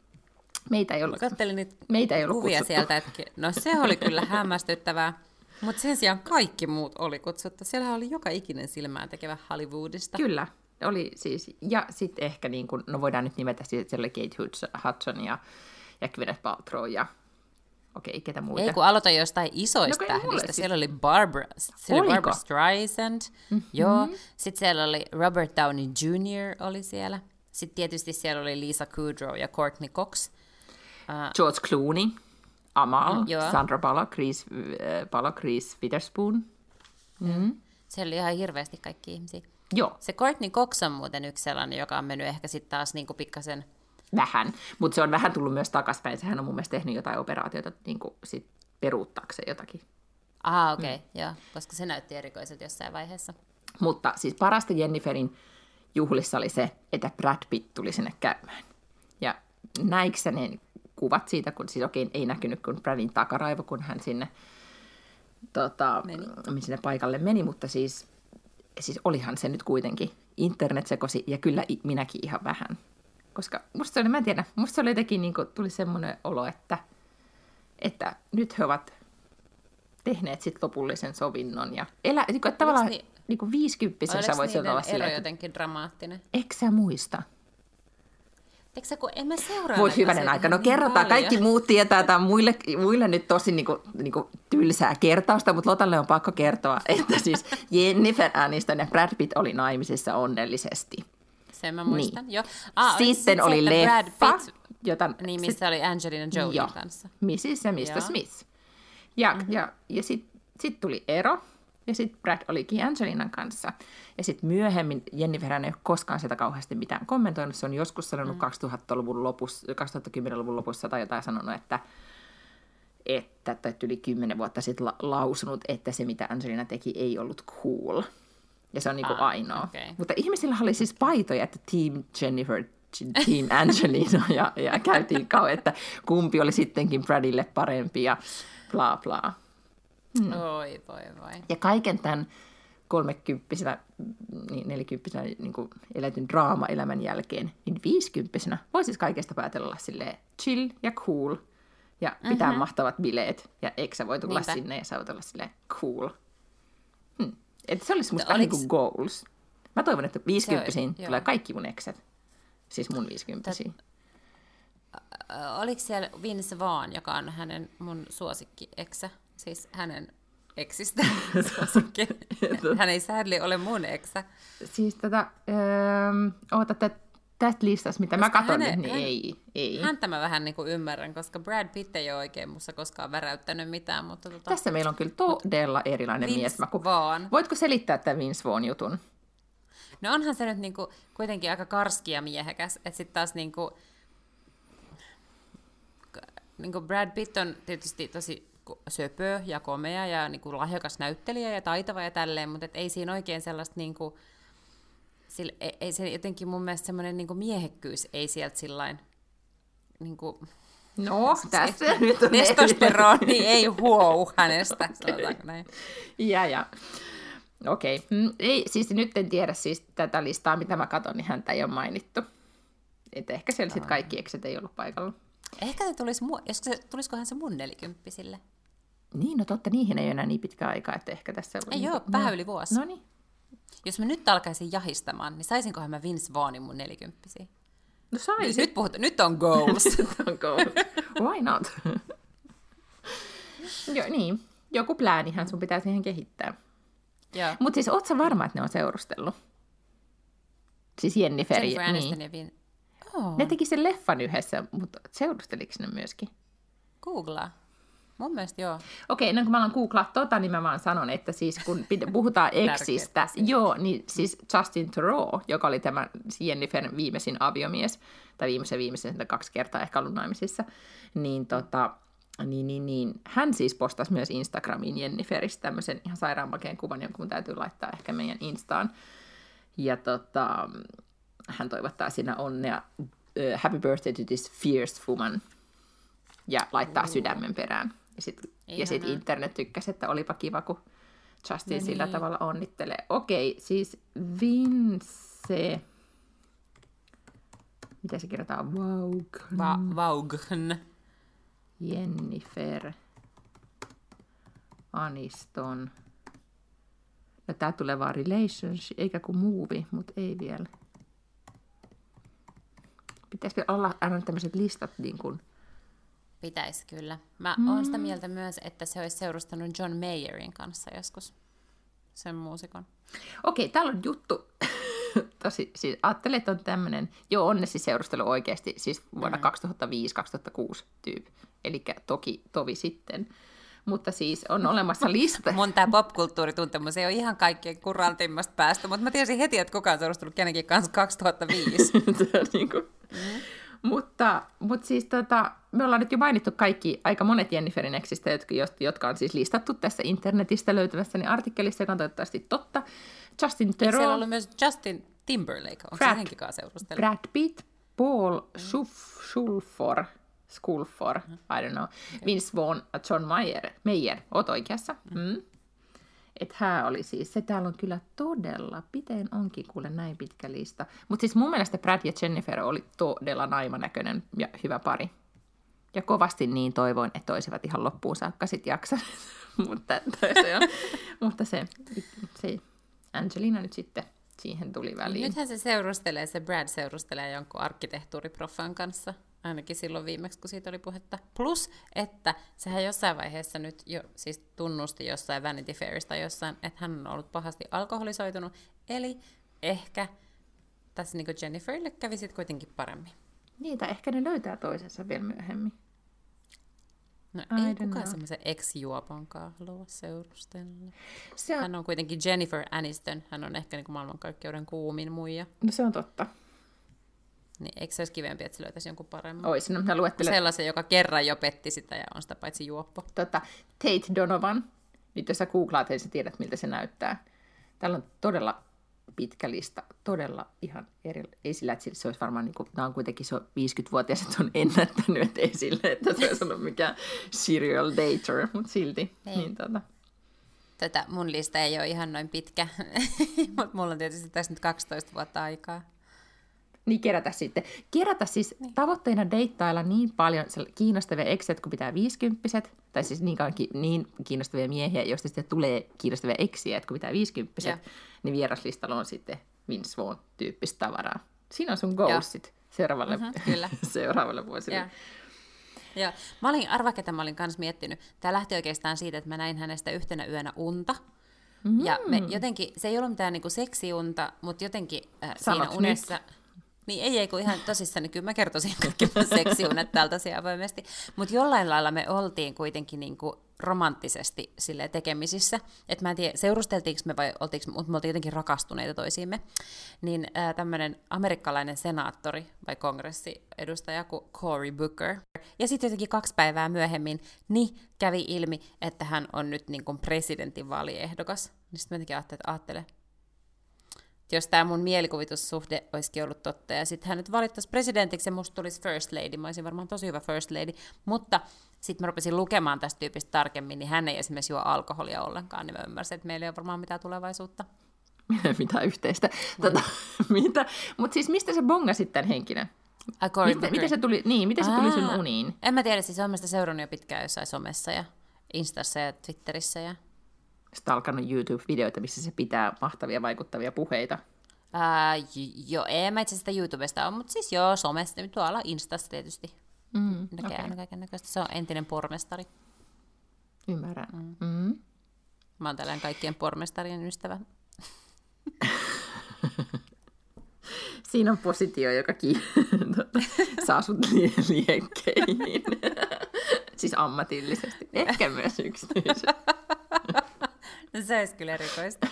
S2: Meitä ei ollut,
S1: Kattelin niitä
S2: meitä ei ollut
S1: kuvia
S2: kutsuttu.
S1: sieltä, että no se oli kyllä hämmästyttävää. Mutta sen sijaan kaikki muut oli kutsuttu. Siellä oli joka ikinen silmään tekevä Hollywoodista.
S2: Kyllä, oli siis. Ja sitten ehkä, niin kun, no voidaan nyt nimetä, siis, että siellä oli Kate Hudson ja, ja Gwyneth Paltrow ja okei, ketä muita.
S1: Ei, kun aloita jostain isoista
S2: No, kai mulle
S1: tähdistä.
S2: siis.
S1: Siellä oli Barbara, siellä oli
S2: Oliko?
S1: Barbara Streisand, mm-hmm. joo. Sitten siellä oli Robert Downey junior oli siellä. Sitten tietysti siellä oli Lisa Kudrow ja Courtney Cox. Uh,
S2: George Clooney, Amal,
S1: Mm, joo.
S2: Sandra Bullock, Reese, äh, Bullock, Reese Witherspoon. Mm.
S1: siellä oli ihan hirveästi kaikki ihmisiä.
S2: Joo,
S1: Se Courtney Cox on muuten yksi sellainen, joka on mennyt ehkä sitten taas niinku pikkasen...
S2: vähän. Mutta se on vähän tullut myös takaspäin. Sehän on mun mielestä tehnyt jotain operaatioita niin sit peruuttaakseen jotakin.
S1: Aha, okei, okay, mm. joo, koska se näytti erikoiselta jossain vaiheessa.
S2: Mutta siis parasta Jenniferin juhlissa oli se, että Brad Pitt tuli sinne käymään. Ja näikö sä ne kuvat siitä, kun siis okei, ei näkynyt kun Bradin takaraivo, kun hän sinne, tota,
S1: Meni.
S2: sinne paikalle meni, mutta siis, siis olihan se nyt kuitenkin internetsekosi, ja kyllä i- minäkin ihan vähän. Koska musta se oli, mä en tiedä, musta se oli jotenkin, niin kuin, tuli semmoinen olo, että, että nyt he ovat tehneet sit lopullisen sovinnon. Ja elä, niin kuin, että tavallaan
S1: ni-
S2: niin kuin viisikymppisenä sä
S1: Oliko
S2: voit
S1: niiden
S2: olla
S1: ero
S2: silleen, että
S1: jotenkin dramaattinen?
S2: eikö sä muista?
S1: Eikö sä, kun en mä seuraa
S2: Voi
S1: näitä
S2: hyvänen
S1: asioita
S2: aika. No
S1: niin
S2: kerrotaan,
S1: paljon.
S2: kaikki muut tietää, tämä on muille, muille nyt tosi niinku, niinku tylsää kertausta, mutta Lotalle on pakko kertoa, että siis Jennifer Aniston ja Brad Pitt oli naimisissa onnellisesti.
S1: Sen mä muistan,
S2: Niin.
S1: joo. Ah,
S2: Sitten
S1: se,
S2: oli
S1: että
S2: leffa,
S1: Brad Pitt,
S2: jota...
S1: niin missä oli Angelina Jolien
S2: joo,
S1: kanssa.
S2: missis ja mister
S1: Joo.
S2: Smith. Ja,
S1: Mm-hmm.
S2: ja, ja sitten sit tuli ero, ja sitten Brad olikin Angelinan kanssa. Ja sitten myöhemmin Jennifer ei ole koskaan sitä kauheasti mitään kommentoinut. Se on joskus sanonut mm. kaksituhattaluvun lopussa, kaksituhattakymmenluvun lopussa tai jotain sanonut, että, että tai yli kymmenen vuotta sitten la, lausunut, että se mitä Angelina teki ei ollut cool. Ja se on niinku
S1: Ah,
S2: ainoa.
S1: okay.
S2: Mutta ihmisillä oli siis paitoja, että Team Jennifer, Team Angelina, ja, ja käytiin kauan, että kumpi oli sittenkin Bradille parempi ja bla bla.
S1: Mm. Oi, voi, voi.
S2: Ja kaiken tämän kolmekymppisenä, niin nelikymppisenä niin kuin eletyn draama-elämän jälkeen, niin viisikymppisenä voisi kaikesta päätellä olla silleen chill ja cool ja pitää mm-hmm. mahtavat bileet. Ja eikö sä voi tulla
S1: Niinpä.
S2: sinne ja sä voit olla silleen cool. Hmm. Että se olisi musta
S1: Oliks...
S2: vähän niin kuin goals. Mä toivon, että viisikymppisiin
S1: Se,
S2: tulee
S1: joo.
S2: kaikki mun ekset. Siis mun viisikymppisiin.
S1: Ö, Oliko siellä Vince Vaughn, joka on hänen mun suosikki-eksä? Siis hänen eksistä suosikki. Hän ei sadly ole mun eksä.
S2: Siis tätä, öö, oota, tästä listasta, mitä
S1: Koska
S2: mä katson,
S1: häne-
S2: niin
S1: hän-
S2: ei. ei.
S1: Häntä mä vähän niin kuin ymmärrän, koska Brad Pitt ei ole oikein musta koskaan väräyttänyt mitään, mutta tota,
S2: Tässä meillä on kyllä todella erilainen
S1: Vince
S2: miesmaku.
S1: Vaughn.
S2: Voitko selittää tämän Vince Vaughn jutun?
S1: No onhan se nyt niinku kuitenkin aika karski ja miehekäs, että sitten taas niinku, niinku Brad Pitt on tietysti tosi söpö ja komea ja niinku lahjakas näyttelijä ja taitava ja tälleen, mutta et ei siinä oikein sellaista niinku, sille, ei, ei se jotenkin mun mielestä semmoinen niin miehekkyys ei sieltä sillain, niin kuin,
S2: no, tässä nyt on
S1: testosteroni ei huou hänestä, sanotaanko näin.
S2: Ja, ja. Okei. Okay. Ei, siis nyt en tiedä siis tätä listaa, mitä mä katson, niin häntä ei ole mainittu. Että ehkä siellä sitten kaikki ekset ei ollut paikalla.
S1: Ehkä se tulisi, se, tulisikohan se mun nelikymppisille?
S2: Niin, no totta, niihin ei ole enää niin pitkä aikaa, että ehkä tässä...
S1: Ei
S2: niin,
S1: ole,
S2: no,
S1: vähän yli vuosi.
S2: No niin.
S1: Jos mä nyt alkaisin jahistamaan, niin saisinkohan mä Vince Vaughnin mun nelikymppisiin?
S2: No saisit.
S1: Nyt, puhut, nyt on goals.
S2: Nyt on goals. Why not? Joo, niin. Joku pläänihän sun pitää siihen kehittää. Mutta siis oot sä varma, että ne on seurustellut? Siis Jennifer,
S1: Jennifer Aniston
S2: niin.
S1: ja Vin... Oh.
S2: Ne teki sen leffan yhdessä, mutta seurusteliko ne myöskin?
S1: Googlaa. Mun mielestä joo.
S2: Okei, ennen kuin mä alan googlaa tota, niin mä vaan sanon, että siis kun puhutaan eksistä, joo, niin siis Justin Theroux, joka oli tämä Jenniferin viimeisin aviomies, tai viimeisen viimeisen kaksi kertaa ehkä ollut naimisissa, niin, tota, niin, niin, niin hän siis postasi myös Instagramiin Jenniferistä tämmöisen ihan sairaanmakeen kuvan, jonka mun täytyy laittaa ehkä meidän Instaan. Ja tota, hän toivottaa siinä onnea, uh, happy birthday to this fierce woman, ja laittaa uh. sydämen perään. Ja sitten sit internet tykkäsi, että olipa kiva, kun Justin no sillä niin. tavalla onnittelee. Okei, siis Vince... Mitä se kirjoittaa? Vaughan.
S1: Va- Vaughan.
S2: Jennifer Aniston. No tää tulee vaan relationship, eikä kuin movie, mutta ei vielä. Pitäisikö olla aina tämmöiset listat niin kuin...
S1: Pitäisi kyllä. Mä
S2: mm.
S1: oon sitä mieltä myös, että se olisi seurustanut John Mayerin kanssa joskus, sen muusikon.
S2: Okei, täällä on juttu. Tosi, siis ajattelin, että on tämmöinen, joo, on ne siis seurustellut oikeasti, siis vuonna mm. kaksituhattaviisi kaksituhattakuusi tyyppi, eli toki tovi sitten. Mutta siis on olemassa lista.
S1: Mun tää popkulttuurituntemus ei ole ihan kaikkien kuraltimmasta päästä, mutta mä tiesin heti, että kukaan on seurustellut kenenkin kanssa kaksituhattaviisi.
S2: niin kuin. Mm. Mutta, mutta siis tota, me ollaan nyt jo mainittu kaikki, aika monet Jenniferin eksistä, jotka, jotka on siis listattu tässä internetistä löytyvässäni artikkelissa, joka on toivottavasti totta. Justin Theroux.
S1: Siellä on ollut myös Justin Timberlake, onko Brad, se henkin kanssa seurustellut?
S2: Brad Pitt, Paul Schulfor, Schulfor, mm. I don't know, okay. Vince Vaughn, John Mayer, Mayer, oot oikeassa. Mm. Mm. Että hän oli siis, se täällä on kyllä todella, piteen onkin kuule näin pitkä lista. Mutta siis mun mielestä Brad ja Jennifer oli todella naimanäköinen ja hyvä pari. Ja kovasti niin toivoin, että olisivat ihan loppuun saakka sit jaksaneet. mutta, se on, mutta se, se Angelina nyt sitten siihen tuli väliin.
S1: Nythän se seurustelee, se Brad seurustelee jonkun arkkitehtuuriproffan kanssa. Ainakin silloin viimeksi, kun siitä oli puhetta. Plus, että sehän jossain vaiheessa nyt jo, siis tunnusti jossain Vanity Fairista jossain, että hän on ollut pahasti alkoholisoitunut. Eli ehkä tässä niin kuin Jenniferille kävi sitten kuitenkin paremmin.
S2: Niitä ehkä ne löytää toisensa vielä myöhemmin.
S1: No I ei kukaan semmoisen ex-juoponkaan halua seurustella.
S2: Se on...
S1: Hän on kuitenkin Jennifer Aniston. Hän on ehkä niin kuin maailmankaikkeuden kuumin muija.
S2: No se on totta.
S1: Niin eikö se olisi kivempi, että se löytäisi jonkun paremman?
S2: Ois, no mä luettelen.
S1: Sellaisen, joka kerran jo petti sitä ja on sitä paitsi juoppo.
S2: Tota, Tate Donovan. Nyt jos sä googlaat, niin sä tiedät, miltä se näyttää. Täällä on todella pitkä lista. Todella ihan eri. Ei sillä, että se olisi varmaan, niin kuin, nämä on kuitenkin se on viisikymmentävuotias, että se on ennättänyt, että ei sillä, että se olisi ollut mikään serial dater, mutta silti. Niin, tota.
S1: Tätä mun lista ei ole ihan noin pitkä, mutta mulla on tietysti tässä nyt kaksitoista vuotta aikaa.
S2: Niin kerätä sitten. Kerätä siis niin. Tavoitteena deittailla niin paljon kiinnostavia ekset, kun pitää viisikymppiset, tai siis niin, niin kiinnostavia miehiä, joista sitten tulee kiinnostavia eksiä, että kun pitää viisikymppiset, ja. Niin vieraslistalla on sitten Vince Vaughn-tyyppistä tavaraa. Siinä on sun goalsit seuraavalle, mm-hmm, kyllä. seuraavalle vuosille. Ja.
S1: Ja. Mä olin, arva ketä mä olin kanssa miettinyt. Tämä lähti oikeastaan siitä, että mä näin hänestä yhtenä yönä unta. Mm. Ja me jotenkin, se ei ollut mitään niinku seksiunta, mutta jotenkin äh, siinä unessa... Nyt? Niin ei, ei kun ihan tosissaan, niin kyllä mä kertoisin kaikki seksiunet täältä avoimesti. Mutta jollain lailla me oltiin kuitenkin niinku romanttisesti silleen tekemisissä. Että mä en tiedä, seurusteltiinko me vai oltiinko, mutta me oltiin jotenkin rakastuneita toisiimme. Niin äh, tämmöinen amerikkalainen senaattori vai kongressiedustaja kuin Cory Booker. Ja sitten jotenkin kaksi päivää myöhemmin niin kävi ilmi, että hän on nyt niinku presidentinvaaliehdokas. Niin sitten mä jotenkin ajattelin, että ajattele. jos tämä mun mielikuvitussuhde olisikin ollut totta, ja sitten hän nyt valittaisi presidentiksi, ja musta tulisi first lady, mä olisin varmaan tosi hyvä first lady, mutta sitten mä rupesin lukemaan tästä tyypistä tarkemmin, niin hän ei esimerkiksi juo alkoholia ollenkaan, niin mä ymmärsin, että meillä ei ole varmaan mitään tulevaisuutta.
S2: Mitä yhteistä. Tota, mitä? Mutta siis mistä sä bongasit tämän henkilön? Miten, miten se tuli, niin, miten se tuli sun uniin?
S1: En mä tiedä, siis olen sitä seurannut jo pitkään jossain somessa ja Instassa ja Twitterissä. Ja...
S2: Sitten alkanut YouTube-videoita, missä se pitää mahtavia, vaikuttavia puheita.
S1: Ää, joo, ei mä itse sitä YouTubesta ole, mutta siis joo, somesta, tuolla Instassa tietysti.
S2: Mm,
S1: näkee aina kaiken näköistä. Se on entinen pormestari.
S2: Ymmärrän. Mm. Mm.
S1: Mä oon tällainen kaikkien pormestarien ystävä.
S2: Siinä on positio, joka ki- tuota, saa sut liekkeihin. Siis ammatillisesti. Ehkä myös yksityisesti.
S1: Se olisi kyllä erikoista.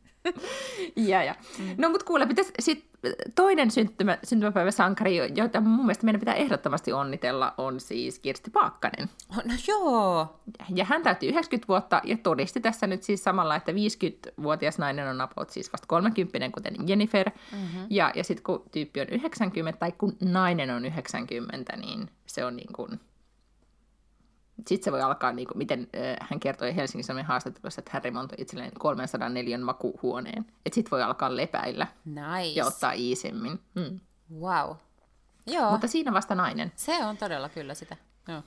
S2: ja, ja. Mm. No mut kuule, pitäisi sit toinen syntymä, syntymäpäiväsankari, jota mun mielestä meidän pitää ehdottomasti onnitella, on siis Kirsti Paakkanen.
S1: No joo.
S2: Ja hän täytti yhdeksänkymmentä vuotta ja todisti tässä nyt siis samalla, että viisikymmentävuotias nainen on about siis vasta kolmekymmentä, kuten Jennifer. Mm-hmm. Ja, ja sitten kun tyyppi on yhdeksänkymmentä, tai kun nainen on yhdeksänkymmentä, niin se on niin kuin... Sitten se voi alkaa, niin kuin, miten äh, hän kertoi Helsingin Sanomien haastattelussa, että hän remontoi itselleen kolmesataa makuuhuoneen. Että sitten voi alkaa lepäillä
S1: nice.
S2: Ja ottaa iisemmin. Mm.
S1: Wow. Joo.
S2: Mutta siinä vasta nainen.
S1: Se on todella kyllä sitä. Joo.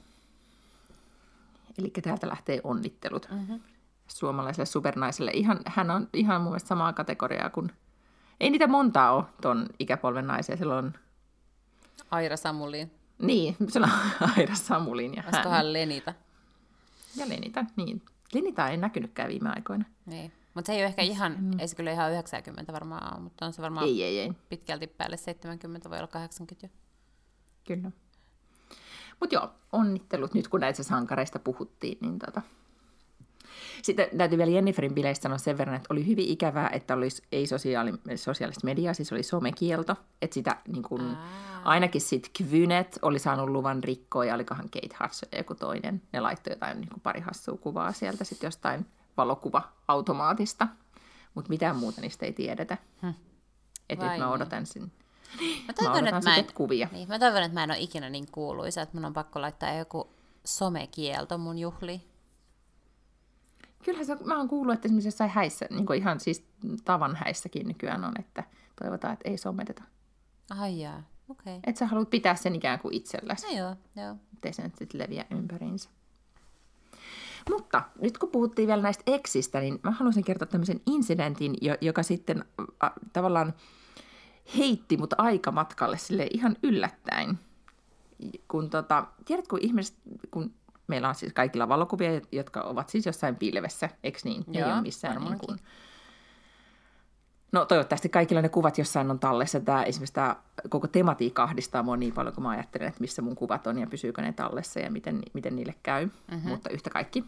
S2: Eli täältä lähtee onnittelut
S1: mm-hmm.
S2: suomalaiselle supernaiselle. Ihan, hän on ihan mun mielestä samaa kategoriaa kuin... Ei niitä montaa ole ton ikäpolven naisia. Siellä on...
S1: Aira Samulin.
S2: Niin, se on Aira Samulin ja
S1: olisikohan hän. Lenita?
S2: Ja Lenita, niin. Lenita ei näkynytkään viime aikoina.
S1: Niin, mutta se ei ole ehkä ihan, mm. ei se kyllä ihan yhdeksänkymmentä varmaan ole, mutta on se varmaan
S2: ei, ei, ei.
S1: pitkälti päälle seitsemänkymmentä, voi olla kahdeksankymmentä jo.
S2: Kyllä. Mutta joo, onnittelut nyt, kun näistä sankareista puhuttiin, niin tota... Sitten täytyy vielä Jenniferin bileistä sanoa sen verran, että oli hyvin ikävää, että olisi ei sosiaali, sosiaalista mediaa, siis oli somekielto, että sitä niin kun, ainakin sitten Kvynet oli saanut luvan rikkoa, ja olikohan Kate Hudson ja joku toinen, ne laittoi jotain niin pari hassua kuvaa sieltä sitten jostain valokuva-automaatista, mutta mitään muuta niistä ei tiedetä. Hm. Että nyt mä odotan sen.
S1: Mä toivon, mä että mä en, kuvia. Niin, mä toivon, että mä en ole ikinä niin kuuluisa, että mun on pakko laittaa joku somekielto mun juhliin.
S2: Kyllähän se, mä oon kuullut, että esimerkiksi jossain häissä, niin kuin ihan siis tavan häissäkin nykyään on, että toivotaan, että ei someteta.
S1: Ai jaa, okei. Okay.
S2: Että sä haluat pitää sen ikään kuin itselläsi.
S1: No joo, joo.
S2: Ettei se nyt sitten leviä ympäriinsä. Mutta nyt kun puhuttiin vielä näistä eksistä, niin mä haluaisin kertoa tämmöisen incidentin, joka sitten äh, tavallaan heitti mut aikamatkalle sille ihan yllättäen. Kun tota, tiedätkö, kun ihmiset, kun meillä on siis kaikilla valokuvia, jotka ovat siis jossain pilvessä, eikö niin?
S1: Joo,
S2: ei ole missään niin kuin... No toivottavasti kaikilla ne kuvat jossain on tallessa. Tämä, esimerkiksi tämä koko tematiikka ahdistaa mua niin paljon, kun mä ajattelen, että missä mun kuvat on ja pysyykö ne tallessa ja miten, miten niille käy. Mm-hmm. Mutta yhtä kaikki.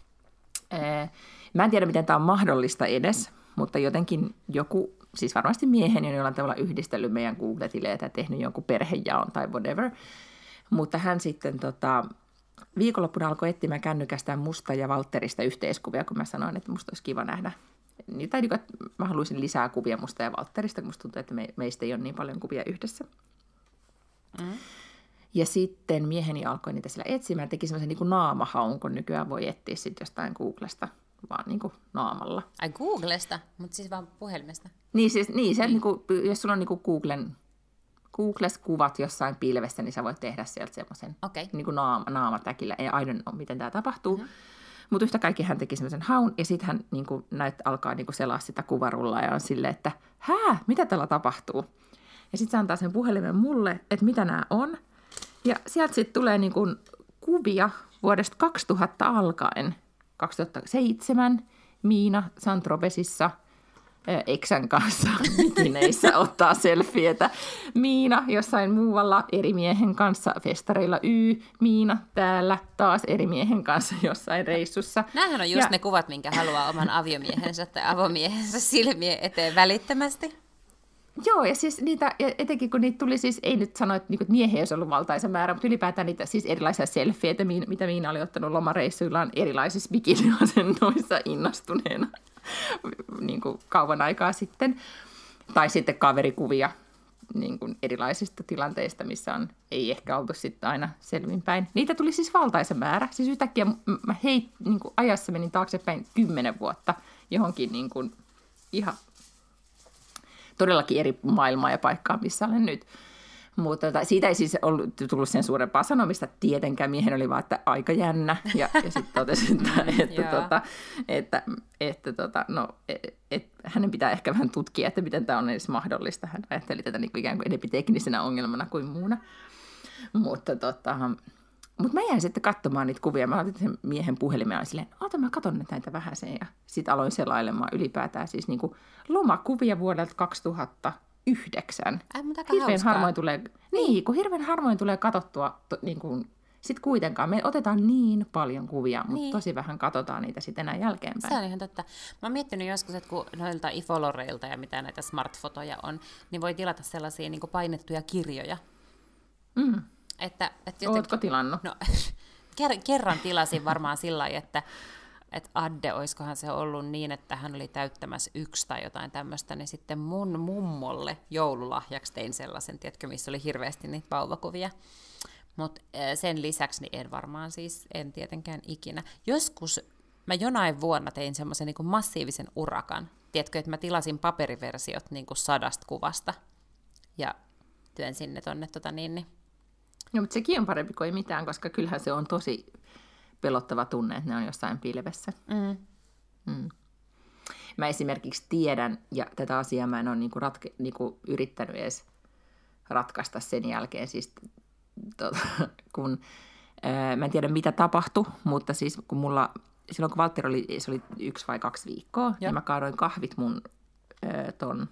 S2: Mä en tiedä, miten tämä on mahdollista edes, mutta jotenkin joku, siis varmasti mieheni on jollain tavalla yhdistellyt meidän Google-tilejä tai tehnyt jonkun perhejaon tai whatever. Mutta hän sitten tota, viikonloppuna alkoi etsimään kännykästään musta ja Valtterista yhteiskuvia, kun mä sanoin, että musta olisi kiva nähdä. Niin, tai että mä haluaisin lisää kuvia musta ja Valtterista, kun musta tuntuu, että me, meistä ei ole niin paljon kuvia yhdessä. Mm. Ja sitten mieheni alkoi niitä sillä etsimään, teki semmoisen niin kuin naamahaun, kun nykyään voi etsiä sitten jostain Googlesta, vaan niin kuin naamalla.
S1: Ai Googlesta, mutta siis vaan puhelimesta?
S2: Niin, siis, niin, se, niin. Niin kuin, jos sulla on niin kuin Googlen, Googles kuvat jossain pilvessä, niin sä voit tehdä sieltä semmoisen
S1: okay.
S2: niin kuin naama, naamatäkillä. Ei aina ole, miten tämä tapahtuu. Mm-hmm. Mutta yhtä kaikki hän teki semmoisen haun, ja sitten hän niin kuin, näyt, alkaa niin kuin selaa sitä kuvarullaa, ja on silleen, että hää, mitä tällä tapahtuu? Ja sitten se antaa sen puhelimen mulle, että mitä nämä on. Ja sieltä sitten tulee niin kuin kuvia vuodesta kaksituhatta alkaen. kaksituhattaseitsemän Miina Saint-Tropezissa eksän kanssa bikineissä ottaa selfietä. Miina jossain muualla eri miehen kanssa festareilla Y. Miina täällä taas eri miehen kanssa jossain reissussa.
S1: Nämähän on just ja... ne kuvat, minkä haluaa oman aviomiehensä tai avomiehensä silmien eteen välittömästi.
S2: Joo, ja siis niitä, ja etenkin kun niitä tuli siis, ei nyt sano, että miehiä olisi ollut valtaisa määrä, mutta ylipäätään niitä siis erilaisia selfieitä, mitä Miina oli ottanut lomareissuillaan erilaisissa bikiniasennoissa innostuneena niin kuin kauan aikaa sitten. Tai sitten kaverikuvia niin kuin erilaisista tilanteista, missä on, ei ehkä oltu sitten aina selvinpäin. Niitä tuli siis valtaisa määrä. Siis yhtäkkiä mä heit, niin kuin ajassa menin taaksepäin kymmenen vuotta johonkin niin kuin ihan todellakin eri maailmaa ja paikkaa, missä olen nyt. Mutta siitä ei siis ollut tullut sen suurempaa sanomista. Tietenkään miehen oli vaan, että aika jännä. Ja, ja sitten totesin, että, että, tota, että, että tota, no, et, et, hänen pitää ehkä vähän tutkia, että miten tämä on edes mahdollista. Hän ajatteli tätä niin kuin ikään kuin enemmän teknisenä ongelmana kuin muuna. Mutta tota, mut mä jäin sitten katsomaan niitä kuvia. Mä otin sen miehen puhelimeen ja silleen, oota mä katson näitä vähän sen. Ja sitten aloin selailemaan ylipäätään siis niin kuin lomakuvia vuodelta kaksituhatta. Yhdeksän.
S1: Ai,
S2: hirveän harvoin tulee, niin, kun hirveän harvoin tulee katsottua, to, niin kuin, sit kuitenkaan. Me otetaan niin paljon kuvia, mutta niin. tosi vähän katsotaan niitä sitten enää jälkeenpäin.
S1: Se on ihan totta. Mä oon miettinyt joskus, että kun noilta ifoloreilta ja mitä näitä smartfotoja on, niin voi tilata sellaisia niin kuin painettuja kirjoja.
S2: Mm.
S1: Että, että
S2: jotenkin, ootko tilannut?
S1: No, ker- kerran tilasin varmaan sillä lailla, että että Adde, olisikohan se ollut niin, että hän oli täyttämässä yksi tai jotain tämmöistä, niin sitten mun mummolle joululahjaksi tein sellaisen, tiedätkö, missä oli hirveästi niitä vauvakuvia. Mutta sen lisäksi niin en varmaan siis, en tietenkään ikinä. Joskus mä jonain vuonna tein semmoisen niin kuin massiivisen urakan. Tiedätkö, että mä tilasin paperiversiot niin kuin sadasta kuvasta ja työnsin ne tonne tota niin. niin.
S2: No, mutta sekin on parempi kuin ei mitään, koska kyllähän se on tosi pelottava tunne, että ne on jossain pilvessä. Mm. Mm. Mä esimerkiksi tiedän, ja tätä asiaa mä en ole niinku ratke, niinku yrittänyt edes ratkaista sen jälkeen, siis, tota, kun ää, mä en tiedä mitä tapahtui, mutta siis kun mulla, silloin kun Valtteri oli, se oli yksi vai kaksi viikkoa, ja niin mä kaadoin kahvit mun ää, ton,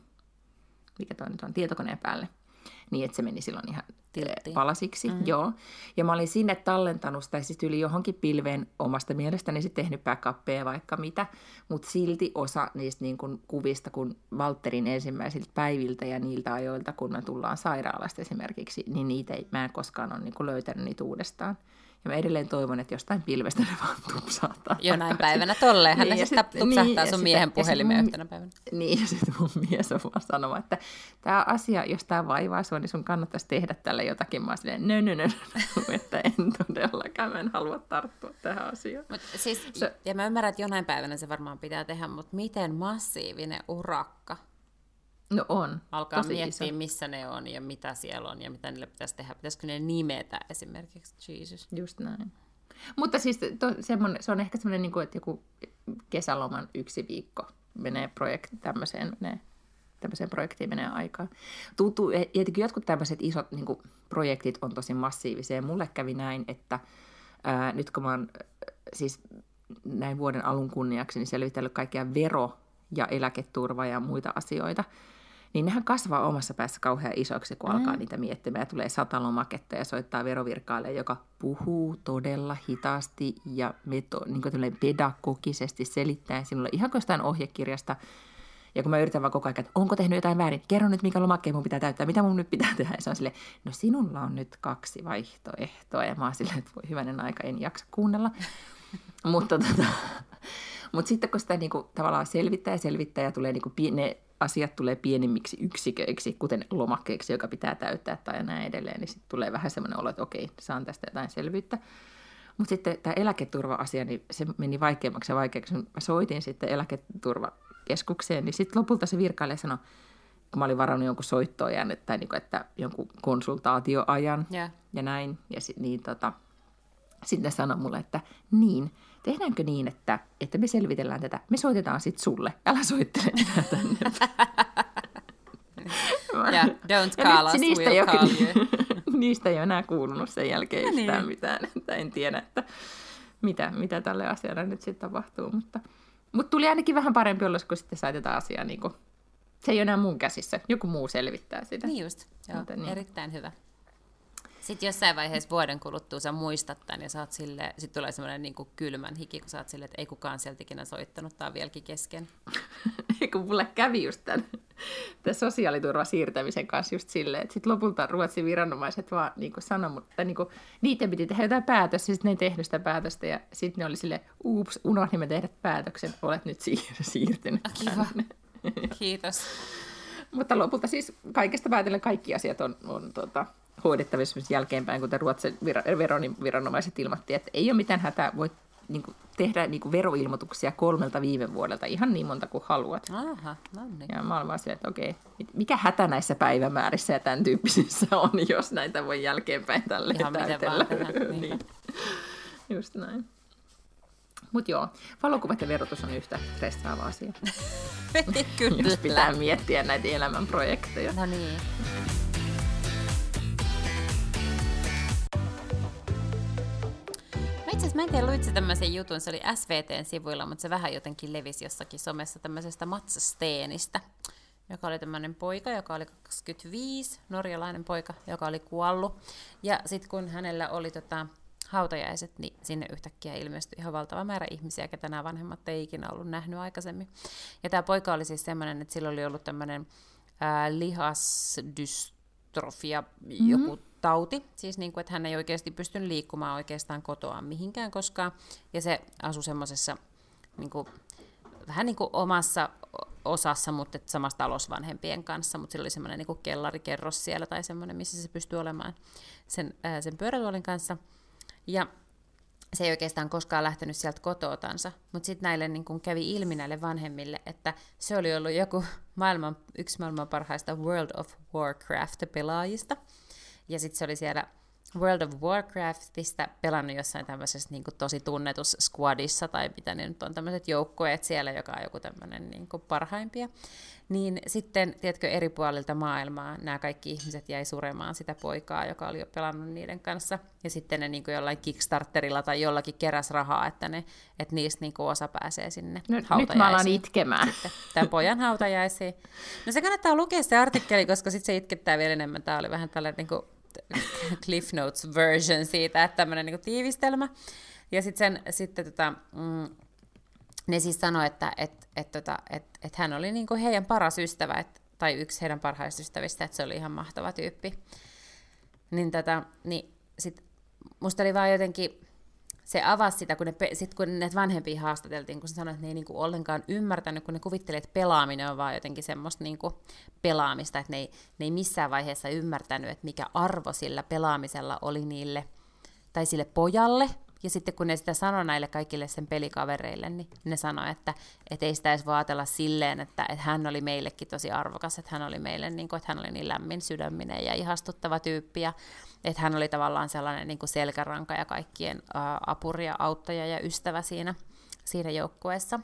S2: mikä toi nyt on, tietokoneen päälle. Niin, että se meni silloin ihan Tilttiin. palasiksi. Mm-hmm. Joo. Ja mä olin sinne tallentanut sitä siis yli johonkin pilveen omasta mielestäni sitten tehnyt backuppeja vaikka mitä, mutta silti osa niistä niin kun kuvista, kun Valtterin ensimmäisiltä päiviltä ja niiltä ajoilta, kun me tullaan sairaalasta esimerkiksi, niin niitä ei, mä en koskaan ole niin kun löytänyt niitä uudestaan. Ja mä edelleen toivon, että jostain pilvestä ne vaan tupsahtaa.
S1: Jonain päivänä tolleenhan niin, ne sitten tupsahtaa niin, sun miehen puhelimeen yhtenä päivänä.
S2: Niin, ja sitten mun mies on vaan sanoma, että tämä asia, jos tämä vaivaa sua, niin sun kannattaisi tehdä tälle jotakin. Mä oon silleen, nö, nö, nö, nö, että en todellakaan, mä en halua tarttua tähän asiaan.
S1: Mut siis, se, ja mä ymmärrän, että jonain päivänä se varmaan pitää tehdä, mutta miten massiivinen urakka?
S2: No on.
S1: Alkaa
S2: tosi
S1: miettiä,
S2: iso.
S1: missä ne on ja mitä siellä on ja mitä niille pitäisi tehdä. Pitäisikö ne nimetä esimerkiksi? Jesus.
S2: Just näin. Mutta siis to, se on ehkä semmoinen, niin kuin, että joku kesäloman yksi viikko menee projekti, tämmöiseen, menee, tämmöiseen projektiin menee aikaa. Tuntuu, että jotkut tämmöiset isot niin kuin, projektit on tosi massiivisia. Mulle kävi näin, että ää, nyt kun mä oon siis näin vuoden alun kunniaksi niin selvitellyt kaikkia vero- ja eläketurva ja muita asioita, niin nehän kasvaa omassa päässä kauhean isoksi, kun mm. alkaa niitä miettimään. Ja tulee sata lomaketta ja soittaa verovirkaalle, joka puhuu todella hitaasti ja meto, niin pedagogisesti selittäen sinulle ihan jostain ohjekirjasta. Ja kun mä yritän vaan koko ajan, että onko tehnyt jotain väärin, kerro nyt, mikä lomakkeen mun pitää täyttää, mitä mun nyt pitää tehdä. Ja se on silleen, no sinulla on nyt kaksi vaihtoehtoa. Ja mä oon silleen, että voi hyvänen aika, en jaksa kuunnella. Mutta tota... Mutta sitten kun sitä niinku tavallaan selvittää ja selvittää ja tulee niinku, ne asiat tulee pienimmiksi yksiköiksi, kuten lomakkeeksi, joka pitää täyttää tai näin edelleen, niin sitten tulee vähän semmoinen olo, että okei, saan tästä jotain selvyyttä. Mutta sitten tämä eläketurva-asia, niin se meni vaikeammaksi ja vaikeaksi. Mä soitin sitten eläketurvakeskukseen, niin sitten lopulta se virkailija sanoi, kun mä olin varannut jonkun soittoajan tai niinku, että jonkun konsultaatioajan yeah. ja näin, ja sit, niin tota, sitten sanoi mulle, että niin, tehdäänkö niin, että, että me selvitellään tätä, me soitetaan sitten sulle, älä soittele enää tänne.
S1: Yeah, don't call us,
S2: niistä
S1: we'll call you.
S2: Niistä ei ole enää kuulunut sen jälkeen
S1: no
S2: yhtään
S1: niin.
S2: mitään, että en tiedä, että mitä, mitä tälle asialle nyt sitten tapahtuu. Mutta, mutta tuli ainakin vähän parempi olla, kun sitten sai tätä asiaa, niin kuin, se ei ole enää mun käsissä, joku muu selvittää sitä.
S1: Niin just, joo,
S2: mutta, niin.
S1: Erittäin hyvä. Sitten jossain vaiheessa vuoden kuluttua sä muistat tämän ja saat sille, sit tulee semmoinen niin kuin kylmän hiki, kun sä oot silleen, että ei kukaan sieltä ikinä soittanut, tää on vieläkin kesken.
S2: Kun mulle kävi just tämän, tämän sosiaaliturvan siirtämisen kanssa just silleen, että sitten lopulta Ruotsin viranomaiset vaan niin kuin sanoi, mutta niin kuin, niiden piti tehdä jotain päätöstä, ja sitten ne ei tehnyt sitä päätöstä, ja sitten ne oli silleen, uups, unohdimme tehdä päätöksen, olet nyt siir- siirtynyt
S1: Kiva, kiitos.
S2: Mutta lopulta siis kaikesta päätellen kaikki asiat on, on tota, hoidettavissa jälkeenpäin, kuten Ruotsin veroviranomaiset ilmoitti, että ei ole mitään hätää, voit niin kuin, tehdä niin kuin veroilmoituksia kolmelta viime vuodelta, ihan niin monta kuin haluat.
S1: Aha, no niin.
S2: Ja mä olen vaan silleen, että okei, mikä hätä näissä päivämäärissä ja tämän tyyppisissä on, jos näitä voi jälkeenpäin tälleen
S1: ihan
S2: täytellä.
S1: Miten vaan
S2: niin. Just näin. Mutta joo, valokuvat ja verotus on yhtä stressaava asia.
S1: Kyllä.
S2: Jos pitää miettiä näitä elämänprojekteja.
S1: No niin. Itse asiassa mä en tiedä, luitsi tämmöisen jutun, se oli S V T:n sivuilla, mutta se vähän jotenkin levisi jossakin somessa tämmöisestä Mats Steenistä, joka oli tämmöinen poika, joka oli kaksikymmentäviisi, norjalainen poika, joka oli kuollut. Ja sitten kun hänellä oli tota, hautajaiset, niin sinne yhtäkkiä ilmestyi ihan valtava määrä ihmisiä, ketä nämä vanhemmat ei ikinä ollut nähnyt aikaisemmin. Ja tämä poika oli siis semmoinen, että sillä oli ollut tämmöinen ää, lihasdystrofia, mm-hmm. joku tauti, siis niin kuin, että hän ei oikeasti pystynyt liikkumaan oikeastaan kotoaan mihinkään koskaan, ja se asui semmoisessa niin kuin, vähän niin kuin omassa osassa, mutta samassa talossa vanhempien kanssa, mutta sillä oli semmoinen niin kuin kellarikerros siellä tai semmoinen, missä se pystyi olemaan sen, ää, sen pyörätuolin kanssa, ja se ei oikeastaan koskaan lähtenyt sieltä kotootansa, mutta sitten näille niin kun kävi ilmi näille vanhemmille, että se oli ollut joku maailman, yksi maailman parhaista World of Warcraft-pelaajista, ja sitten se oli siellä World of Warcraftista pelannut jossain tämmöisessä niin kuin tosi tunnetussa squadissa, tai mitä ne nyt on, tämmöiset joukkueet siellä, joka on joku tämmöinen niin kuin parhaimpia. Niin sitten, tiedätkö, eri puolilta maailmaa nämä kaikki ihmiset jäi suremaan sitä poikaa, joka oli jo pelannut niiden kanssa. Ja sitten ne niin kuin jollain Kickstarterilla tai jollakin keräs rahaa, että, ne, että niistä niin kuin osa pääsee sinne
S2: nyt,
S1: hautajaisiin.
S2: Nyt mä alan itkemään.
S1: Sitten, tämän pojan hautajaisiin. No se kannattaa lukea se artikkeli, koska sitten se itkettää vielä enemmän. Tämä oli vähän tällainen niin kuin Cliff Notes version siitä, että tämmöinen niin kuin tiivistelmä. Ja sitten sitten tota, mm, ne siis sanoi, että et, et, tota, et, et hän oli niin kuin heidän paras ystävä, et, tai yksi heidän parhaista ystävistä, että se oli ihan mahtava tyyppi. Niin, tota, niin sit musta oli vaan jotenkin, se avasi sitä, kun ne, sit kun ne vanhempia haastateltiin, kun se sanoi, että ne ei niinku ollenkaan ymmärtänyt, kun ne kuvitteli, että pelaaminen on vaan jotenkin semmoista niinku pelaamista, että ne ei, ne ei missään vaiheessa ymmärtänyt, että mikä arvo sillä pelaamisella oli niille, tai sille pojalle. Ja sitten kun ne sitä sanoi näille kaikille sen pelikavereille, niin ne sanoi, että et ei sitä edes voi ajatella silleen, että et hän oli meillekin tosi arvokas, että hän oli meille niin kuin, että hän oli niin lämmin sydäminen ja ihastuttava tyyppi, ja että hän oli tavallaan sellainen niin kuin selkäranka ja kaikkien ä, apuri ja auttaja ja ystävä siinä, siinä joukkueessa.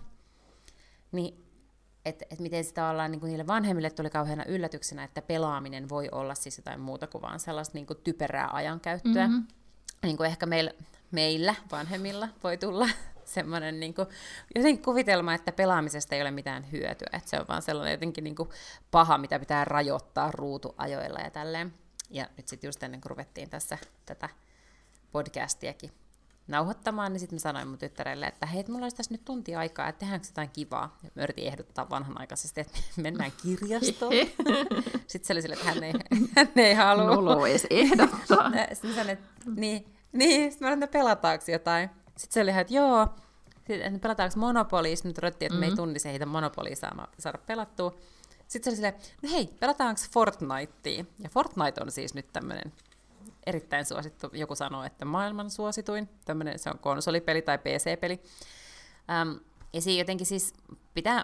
S1: Niin, että et miten sitä tavallaan niin kuin niille vanhemmille tuli kauheana yllätyksenä, että pelaaminen voi olla siis jotain muuta kuin vaan sellaista niin kuin typerää ajankäyttöä. Mm-hmm. Niin kuin ehkä meillä, meillä vanhemmilla voi tulla semmoinen niin kuin, jotenkin kuvitelma, että pelaamisesta ei ole mitään hyötyä, että se on vaan sellainen jotenkin niin kuin paha, mitä pitää rajoittaa ruutuajoilla ja tälleen. Ja nyt sitten just ennen kuin ruvettiin tässä tätä podcastiakin nauhoittamaan, niin sitten mä sanoin mun tyttärelle, että hei, mulla olisi tässä nyt tunti aikaa, että tehdäänkö jotain kivaa. Ja mä yritin ehdottaa vanhanaikaisesti, että mennään kirjastoon. Sitten se oli sille, että hän ei, hän ei halua.
S2: Nolo edes ehdottaa.
S1: Sitten mä sanoin, että niin, niin. Sitten mä sanoin, että pelataanko jotain. Sitten se oli ihan, että joo. Sitten, että pelataanko Monopolia. Sitten nyt röttiin, että mm-hmm. me ei tunnisi heitä Monopolia saada pelattua. Sitten se oli silleen, no hei, pelataanko Fortnitea? Ja Fortnite on siis nyt tämmöinen erittäin suosittu, joku sanoo, että maailman suosituin, tämmöinen, se on konsolipeli tai P C-peli. Ähm, ja siinä jotenkin siis pitää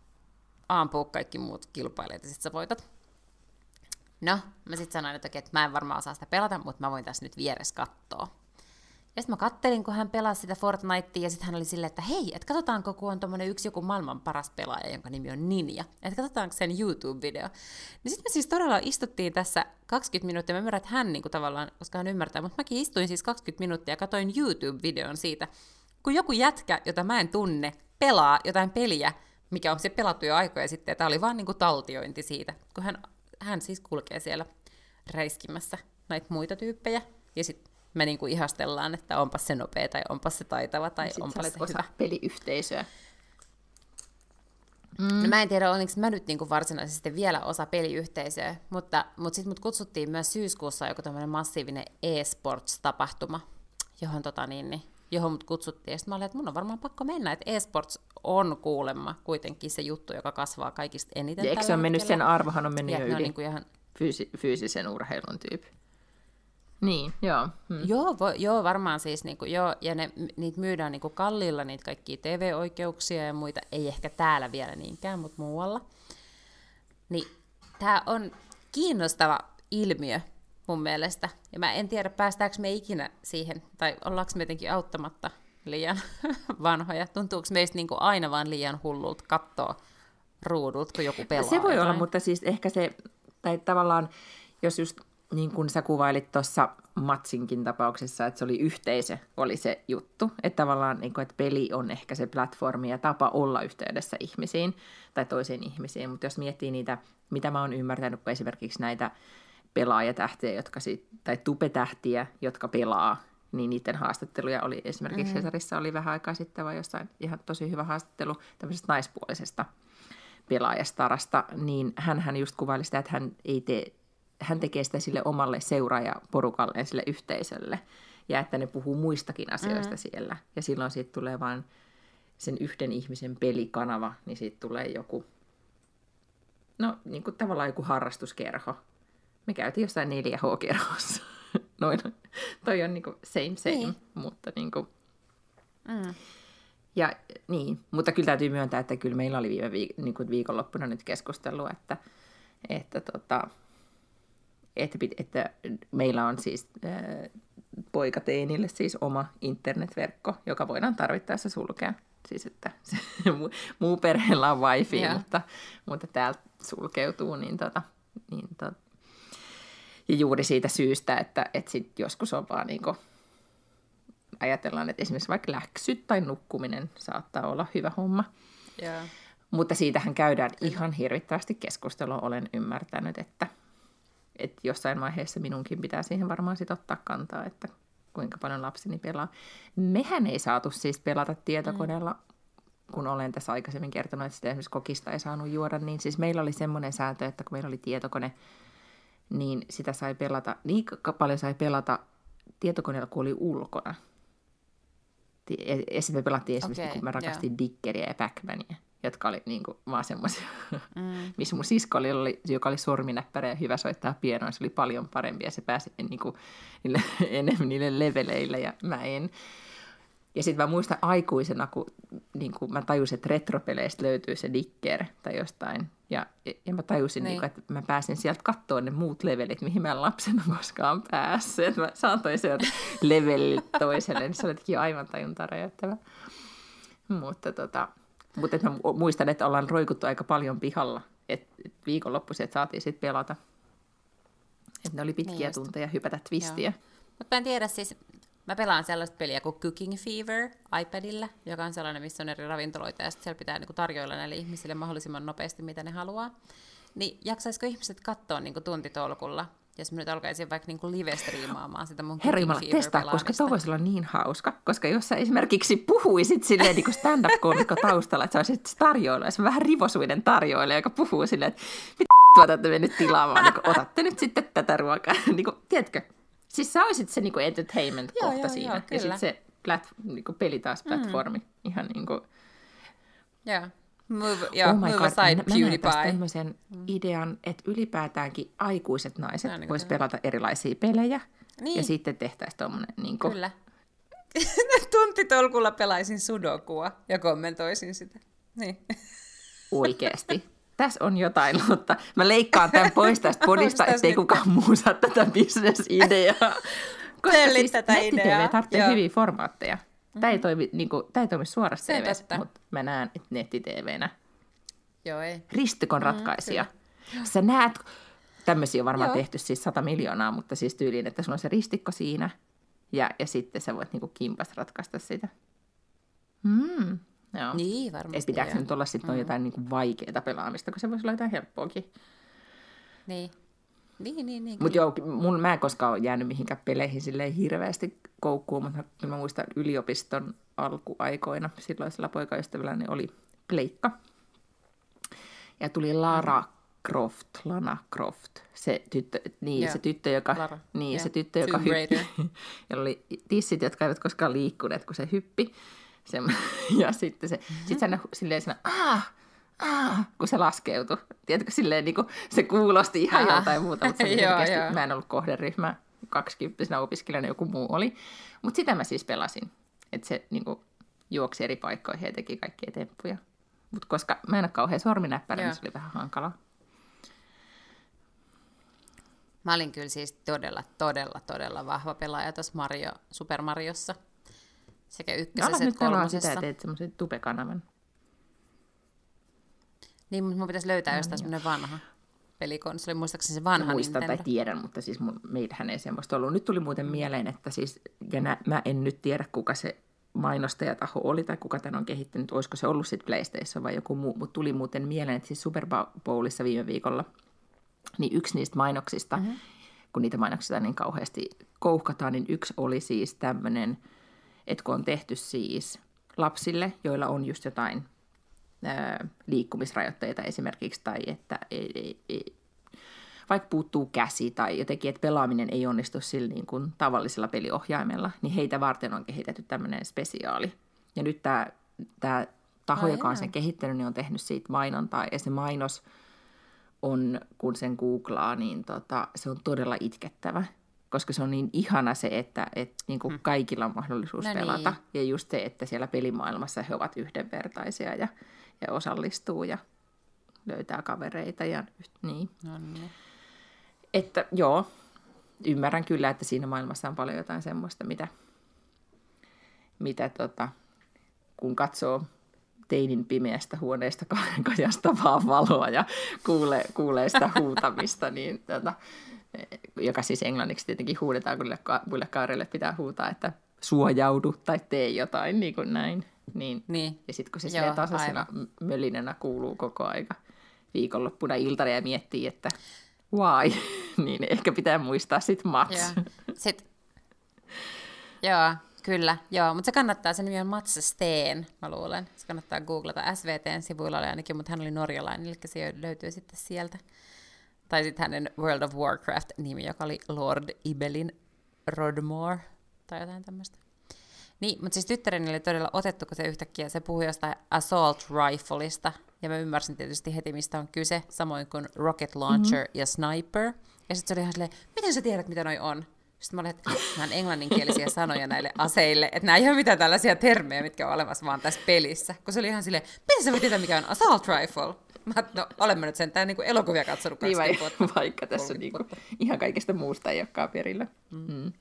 S1: ampua kaikki muut kilpailijat, ja sit sä voitat. No, mä sitten sanoin, että, okei, että mä en varmaan osaa sitä pelata, mutta mä voin tässä nyt vieressä katsoa. Ja sitten mä kattelin, kun hän pelasi sitä Fortnitea, ja sitten hän oli silleen, että hei, että katsotaanko, kun on tommonen yksi joku maailman paras pelaaja, jonka nimi on Ninja. Että katsotaanko sen YouTube-video. Niin sitten me siis todella istuttiin tässä kaksikymmentä minuuttia. Mä ymmärrän, että hän niin kuin tavallaan, koska hän ymmärtää, mutta mäkin istuin siis kaksikymmentä minuuttia ja katsoin YouTube-videon siitä, kun joku jätkä, jota mä en tunne, pelaa jotain peliä, mikä on se pelattu jo aikoja sitten, ja tää oli vaan niin kuin taltiointi siitä, kun hän, hän siis kulkee siellä räiskimässä näitä muita tyyppejä, ja sitten me niinku ihastellaan, että onpas se nopea tai onpas se taitava tai onpas se
S2: osa
S1: hyvä.
S2: Peliyhteisöä.
S1: Mm. No mä en tiedä, olinko mä nyt niinku varsinaisesti vielä osa peliyhteisöä, mutta, mutta sitten mut kutsuttiin myös syyskuussa joku tämmöinen massiivinen e-sports-tapahtuma, johon tota niin, niin johon mut kutsuttiin. Ja sitten mä olin, että mun on varmaan pakko mennä, että e-sports on kuulemma kuitenkin se juttu, joka kasvaa kaikista eniten
S2: ja
S1: tällä
S2: eikö se on mennyt,
S1: hetkellä.
S2: sen arvohan on mennyt
S1: Ja
S2: jo
S1: ne on
S2: yli
S1: niinku ihan...
S2: Fyysi- fyysisen urheilun tyyppi. Niin, joo. Hmm.
S1: Joo, vo, joo, varmaan siis, niinku, joo, ja ne, niitä myydään niinku kalliilla, niitä kaikkia T V-oikeuksia ja muita, ei ehkä täällä vielä niinkään, mutta muualla. Niin tämä on kiinnostava ilmiö mun mielestä, ja mä en tiedä, päästäänkö me ikinä siihen, tai ollaanko me jotenkin auttamatta liian vanhoja. Tuntuuko meistä niinku aina vaan liian hullulta katsoa ruudulta, kun joku pelaa
S2: Se voi
S1: jotain?
S2: olla, mutta siis ehkä se, tai tavallaan, jos just niin kuin sä kuvailit tuossa Matsinkin tapauksessa, että se oli yhteisö, oli se juttu. Että tavallaan, niin kuin, että peli on ehkä se platformi ja tapa olla yhteydessä ihmisiin tai toisiin ihmisiin. Mutta jos miettii niitä, mitä mä oon ymmärtänyt, kun esimerkiksi näitä pelaajatähtiä, jotka sit, tai tupetähtiä, jotka pelaa, niin niiden haastatteluja oli esimerkiksi mm-hmm. Hesarissa oli vähän aikaa sitten, vai jossain ihan tosi hyvä haastattelu tämmöisestä naispuolisesta pelaajastarasta, niin hänhän just kuvaili sitä, että hän ei tee hän tekee sitä sille omalle seuraajaporukalle, sille yhteisölle, ja että ne puhuu muistakin asioista mm. siellä. Ja silloin siitä tulee vain sen yhden ihmisen pelikanava, niin siitä tulee joku, no niin kuin tavallaan joku harrastuskerho. Me käytiin jossain neljä H-kerhossa. Noin, toi on niin kuin same same, niin. mutta niin kuin... Mm. Ja niin, mutta kyllä täytyy myöntää, että kyllä meillä oli viime viik- niin kuin viikonloppuna nyt keskustelua, että, että tota... Että, että meillä on siis äh, poikateinille siis oma internetverkko, joka voidaan tarvittaessa sulkea. Siis että se, muu, muu perheellä on wifi, yeah. mutta, mutta täältä sulkeutuu. Niin tota, niin tota. Ja juuri siitä syystä, että, että sit joskus on vaan niin kuin, ajatellaan, että esimerkiksi vaikka läksyt tai nukkuminen saattaa olla hyvä homma.
S1: Yeah.
S2: Mutta siitähän käydään ihan hirvittävästi keskustelua, olen ymmärtänyt, että että jossain vaiheessa minunkin pitää siihen varmaan sit ottaa kantaa, että kuinka paljon lapseni pelaa. Mehän ei saatu siis pelata tietokoneella, mm. kun olen tässä aikaisemmin kertonut, että sitä esimerkiksi kokista ei saanut juoda, niin siis meillä oli semmoinen sääntö, että kun meillä oli tietokone, niin sitä sai pelata, niin paljon sai pelata tietokoneella, kun oli ulkona. Ja sitten me pelattiin esimerkiksi, okay, kun mä rakastin yeah. Dickeriä ja Pac-Mania, jotka oli niin kuin vaan semmoisia, mm. missä mun sisko oli, joka oli sorminäppärä ja hyvä soittaa pianoa, se oli paljon parempi ja se pääsi niin kuin, niille, enemmän niille leveleille ja mä en. Ja sitten mä muistan aikuisena, kun niin kuin mä tajusin, että retropeleistä löytyy se Dicker tai jostain. Ja, ja mä tajusin, niin. Niin kuin, että mä pääsin sieltä katsoa ne muut levelit, mihin mä en lapsena koskaan päässyt. Että mä saatoin sieltä levelille toiselle, niin se oli aivan tajuntaa rajoittava. Mutta, tota, mutta että mä muistan, että ollaan roikuttu aika paljon pihalla. Että et viikonloppuisin, että saatiin sitten pelata. Että ne oli pitkiä niin tunteja hypätä twistiä.
S1: Mutta mä en tiedä siis... Mä pelaan sellaista peliä kuin Cooking Fever iPadilla, joka on sellainen, missä on eri ravintoloita, ja sitten siellä pitää niinku tarjoilla näille ihmisille mahdollisimman nopeasti, mitä ne haluaa. Niin jaksaisiko ihmiset katsoa niinku tuntitolkulla, jos mä nyt alkaisin vaikka niinku live-striimaamaan sitä mun Cooking Fever pelaamista?
S2: Testaa, koska tuo voisi olla niin hauska, koska jos sä esimerkiksi puhuisit silleen niin kuin stand-up-koomikko taustalla, että sä olisit tarjoilla, se vähän rivosuinen tarjoilla, joka puhuu silleen, että mitä otatte me nyt tilaamaan, niin kuin, otatte nyt sitten tätä ruokaa, niin kuin, tiedätkö? Siis sä olisit se niinku entertainment-kohta joo, siinä. Joo, ja sitten se plat, niinku peli taas platformi. Mm. Ihan niinku...
S1: Joo. Move, yeah,
S2: oh my
S1: move
S2: God.
S1: aside,
S2: mä,
S1: PewDiePie.
S2: Mä näen tästä tämmöisen mm. idean, että ylipäätäänkin aikuiset naiset niin vois pelata erilaisia pelejä. Niin. Ja sitten tehtäisiin tommonen... Niinku...
S1: Kyllä. Tuntitolkulla pelaisin sudokua ja kommentoisin sitä. Niin.
S2: Oikeesti. Tässä on jotain, mutta mä leikkaan tämän pois tästä podista, ettei kukaan muu saa tätä business-ideaa. Koska siis
S1: tätä
S2: netti-tv tarvitsee hyviä formaatteja. Mm-hmm. Tämä ei toimi, niin kuin, tämä ei toimi suorassa T V:ssä, mutta mä näen, että netti-tv:nä
S1: Joo, ei.
S2: ristikon ratkaisija. Mm, sä näet, tämmöisiä on varmaan Joo. tehty siis sata miljoonaa, mutta siis tyyliin, että sulla on se ristikko siinä, ja, ja sitten sä voit niin kuin kimpas ratkaista sitä. Mm. Joo.
S1: Niin, varmasti.
S2: Et pitääkö nyt olla sitten mm. jotain niinku vaikeaa pelaamista, kun se voisi olla jotain helppoakin.
S1: Niin. Niin, niin, niin.
S2: Mutta joo, mun, mä en koskaan ole jäänyt mihinkään peleihin silleen hirveästi koukkuun, mutta mä muistan yliopiston alkuaikoina, silloisella poikaystävälläni oli pleikka. Ja tuli Lara Croft, Lana Croft, se tyttö, niin,
S1: Joo.
S2: se tyttö, joka,
S1: Lara.
S2: niin,
S1: Joo.
S2: se tyttö, joka
S1: Tomb
S2: hyppi,
S1: Raider.
S2: jolla oli tissit, jotka eivät koskaan liikkuneet, kun se hyppi. Se, ja sitten se, mm-hmm. sit se silleen siinä, aah, aah, kun se laskeutui. Tiedätkö, silleen niin kuin, se kuulosti ihan
S1: Aha.
S2: jotain muuta, mutta se oli
S1: Joo,
S2: selkeästi,
S1: joo.
S2: mä en ollut kohderyhmä, kaksikymppisenä opiskelijana joku muu oli. Mutta sitä mä siis pelasin, että se niin kuin, juoksi eri paikkoihin ja teki kaikkia temppuja. Mutta koska mä en ole kauhean sorminäppärä, niin se oli vähän hankalaa.
S1: Mä olin kyllä siis todella, todella, todella vahva pelaaja tuossa Mario, Super Mariossa. Sekä ykkösessä
S2: Alat
S1: että
S2: nyt pelaa
S1: kolmosessa.
S2: sitä ja teet semmoisen tube-kanavan.
S1: Niin, mutta mun pitäisi löytää
S2: No,
S1: jostain
S2: joo.
S1: semmoinen vanha pelikonsoli. Muistaakseni se vanha
S2: Mä muistan
S1: Nintendo.
S2: tai tiedän, mutta siis mun, meillähän ei semmoista ollut. Nyt tuli muuten mieleen, että siis, ja nä, mä en nyt tiedä, kuka se mainostajataho oli tai kuka tämän on kehittänyt, olisiko se ollut sitten PlayStation vai joku muu, mutta tuli muuten mieleen, että siis Super Bowlissa viime viikolla, niin yksi niistä mainoksista, mm-hmm. kun niitä mainoksia niin kauheasti kouhkataan, niin yksi oli siis tämmöinen, että kun on tehty siis lapsille, joilla on just jotain ää, liikkumisrajoitteita esimerkiksi, tai että ei, ei, ei, vaikka puuttuu käsi tai jotenkin, että pelaaminen ei onnistu sillä niin kuin tavallisella peliohjaimella, niin heitä varten on kehitetty tämmöinen spesiaali. Ja nyt tämä, tämä taho,
S1: Ai
S2: joka on
S1: jaa.
S2: sen kehittänyt, niin on tehnyt siitä mainontaa, ja se mainos on, kun sen googlaa, niin tota, se on todella itkettävä, koska se on niin ihana se, että et, niin kuin kaikilla on mahdollisuus
S1: No
S2: pelata.
S1: niin.
S2: Ja just se, että siellä pelimaailmassa he ovat yhdenvertaisia ja, ja osallistuu ja löytää kavereita. Ja, niin.
S1: No niin.
S2: Että joo, ymmärrän kyllä, että siinä maailmassa on paljon jotain semmoista, mitä, mitä tota, kun katsoo teinin pimeästä huoneesta kajasta vaan valoa ja kuulee, kuulee sitä huutamista, niin, tota, joka siis englanniksi tietenkin huudetaan, kun muille kaarille pitää huutaa, että suojaudu tai tee jotain, niin kuin näin. Niin,
S1: Niin.
S2: ja sitten kun se
S1: Joo,
S2: siellä tasaisena
S1: aivan.
S2: mölinänä kuuluu koko aika viikonloppuna iltana ja miettii, että why, niin ehkä pitää muistaa sitten Mats.
S1: Joo. Sit, joo, kyllä. Joo, mutta se kannattaa, se nimi on Mats Steen, mä luulen. Se kannattaa googlata. S V T:n sivuilla oli ainakin, mutta hän oli norjalainen, eli se löytyy sitten sieltä. Tai sitten hänen World of Warcraft-nimi, joka oli Lord Ibelin Rodmore, tai jotain tämmöistä. Niin, mutta siis tyttäreni oli todella otettu, kun se yhtäkkiä, se puhui jostain assault rifleista, ja mä ymmärsin tietysti heti, mistä on kyse, samoin kuin rocket launcher mm-hmm. ja sniper. Ja sitten se oli ihan silleen, miten sä tiedät, mitä noi on? Sitten mä olin, että nämä on englanninkielisiä sanoja näille aseille, että nämä ei ole mitään tällaisia termejä, mitkä on olemassa vaan tässä pelissä. Kun se oli ihan silleen, miten sä voit tietää, mikä on assault rifle? Mä no, olen mä nyt sentään niin kuin elokuvia katsonut
S2: Niin
S1: kaksikymmentä vuotta.
S2: vaikka tässä niin kuin, ihan kaikesta muusta ei olekaan perillä. Mm.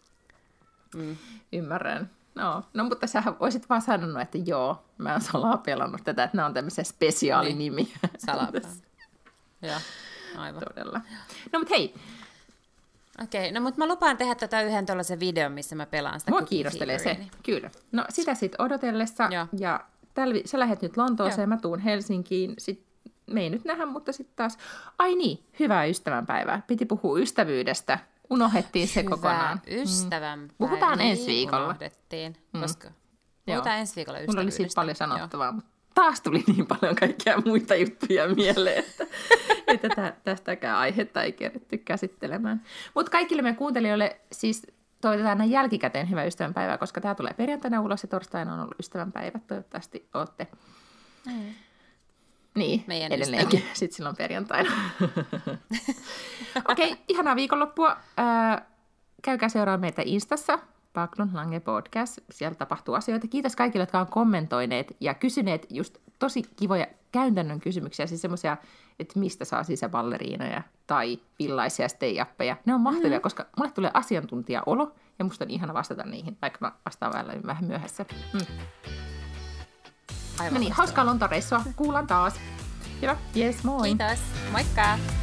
S2: Mm. Ymmärrän. No, no, mutta sähän olisit vaan sanonut, että joo, mä oon salaa pelannut tätä, että nämä on tämmöisiä spesiaalinimiä.
S1: Salaa. Joo, aivan.
S2: Todella. No, mutta hei.
S1: Okei, no mutta mä lupaan tehdä tätä yhden tuollaisen videon, missä mä pelaan sitä
S2: Mua
S1: Cookie
S2: kiinnostelee se,
S1: Feveria.
S2: kyllä. No, sitä sitten odotellessa.
S1: Joo.
S2: Ja täl, sä lähdet nyt Lontooseen,
S1: Joo.
S2: mä tuun Helsinkiin. Sit, me ei nyt nähdä, mutta sitten taas... Ai niin, hyvää ystävänpäivää. Piti puhua ystävyydestä. Unohdettiin se
S1: Hyvää
S2: kokonaan.
S1: ystävänpäivää.
S2: Puhutaan
S1: Niin,
S2: ensi viikolla.
S1: Unohdettiin,
S2: Mm.
S1: koska...
S2: Joo.
S1: Puhutaan ensi viikolla
S2: Mulla oli
S1: ystävyydestä.
S2: siitä paljon sanottavaa, mutta taas tuli niin paljon kaikkia muita juttuja mieleen, että, että tä, tästäkään aihetta ei kerätty käsittelemään. Mutta kaikille meidän kuuntelijoille siis toivotetaan näin jälkikäteen hyvää ystävänpäivää, koska tämä tulee perjantaina ulos ja torstaina on ollut ystävänpäivät. Toivottavasti olette. Mm. Niin,
S1: Meidän
S2: edelleenkin.
S1: ystäviä.
S2: Sitten silloin perjantaina. Okei, okay, ihanaa viikonloppua. Äh, käykää seuraa meitä Instassa. Paklun Lange Podcast. Siellä tapahtuu asioita. Kiitos kaikille, jotka on kommentoineet ja kysyneet just tosi kivoja käytännön kysymyksiä. Siis semmoisia, että mistä saa sisäballeriinoja tai millaisia stay-appeja. Ne on mahtavia, mm-hmm. koska mulle tulee asiantuntijaolo ja musta on ihana vastata niihin, vaikka mä vastaan vähän, vähän myöhässä. Mm.
S1: Aivan
S2: No niin, hauskaa Lontoreissua. Kuullaan taas. Hyvä. Yes, moi.
S1: Kiitos. Moikka!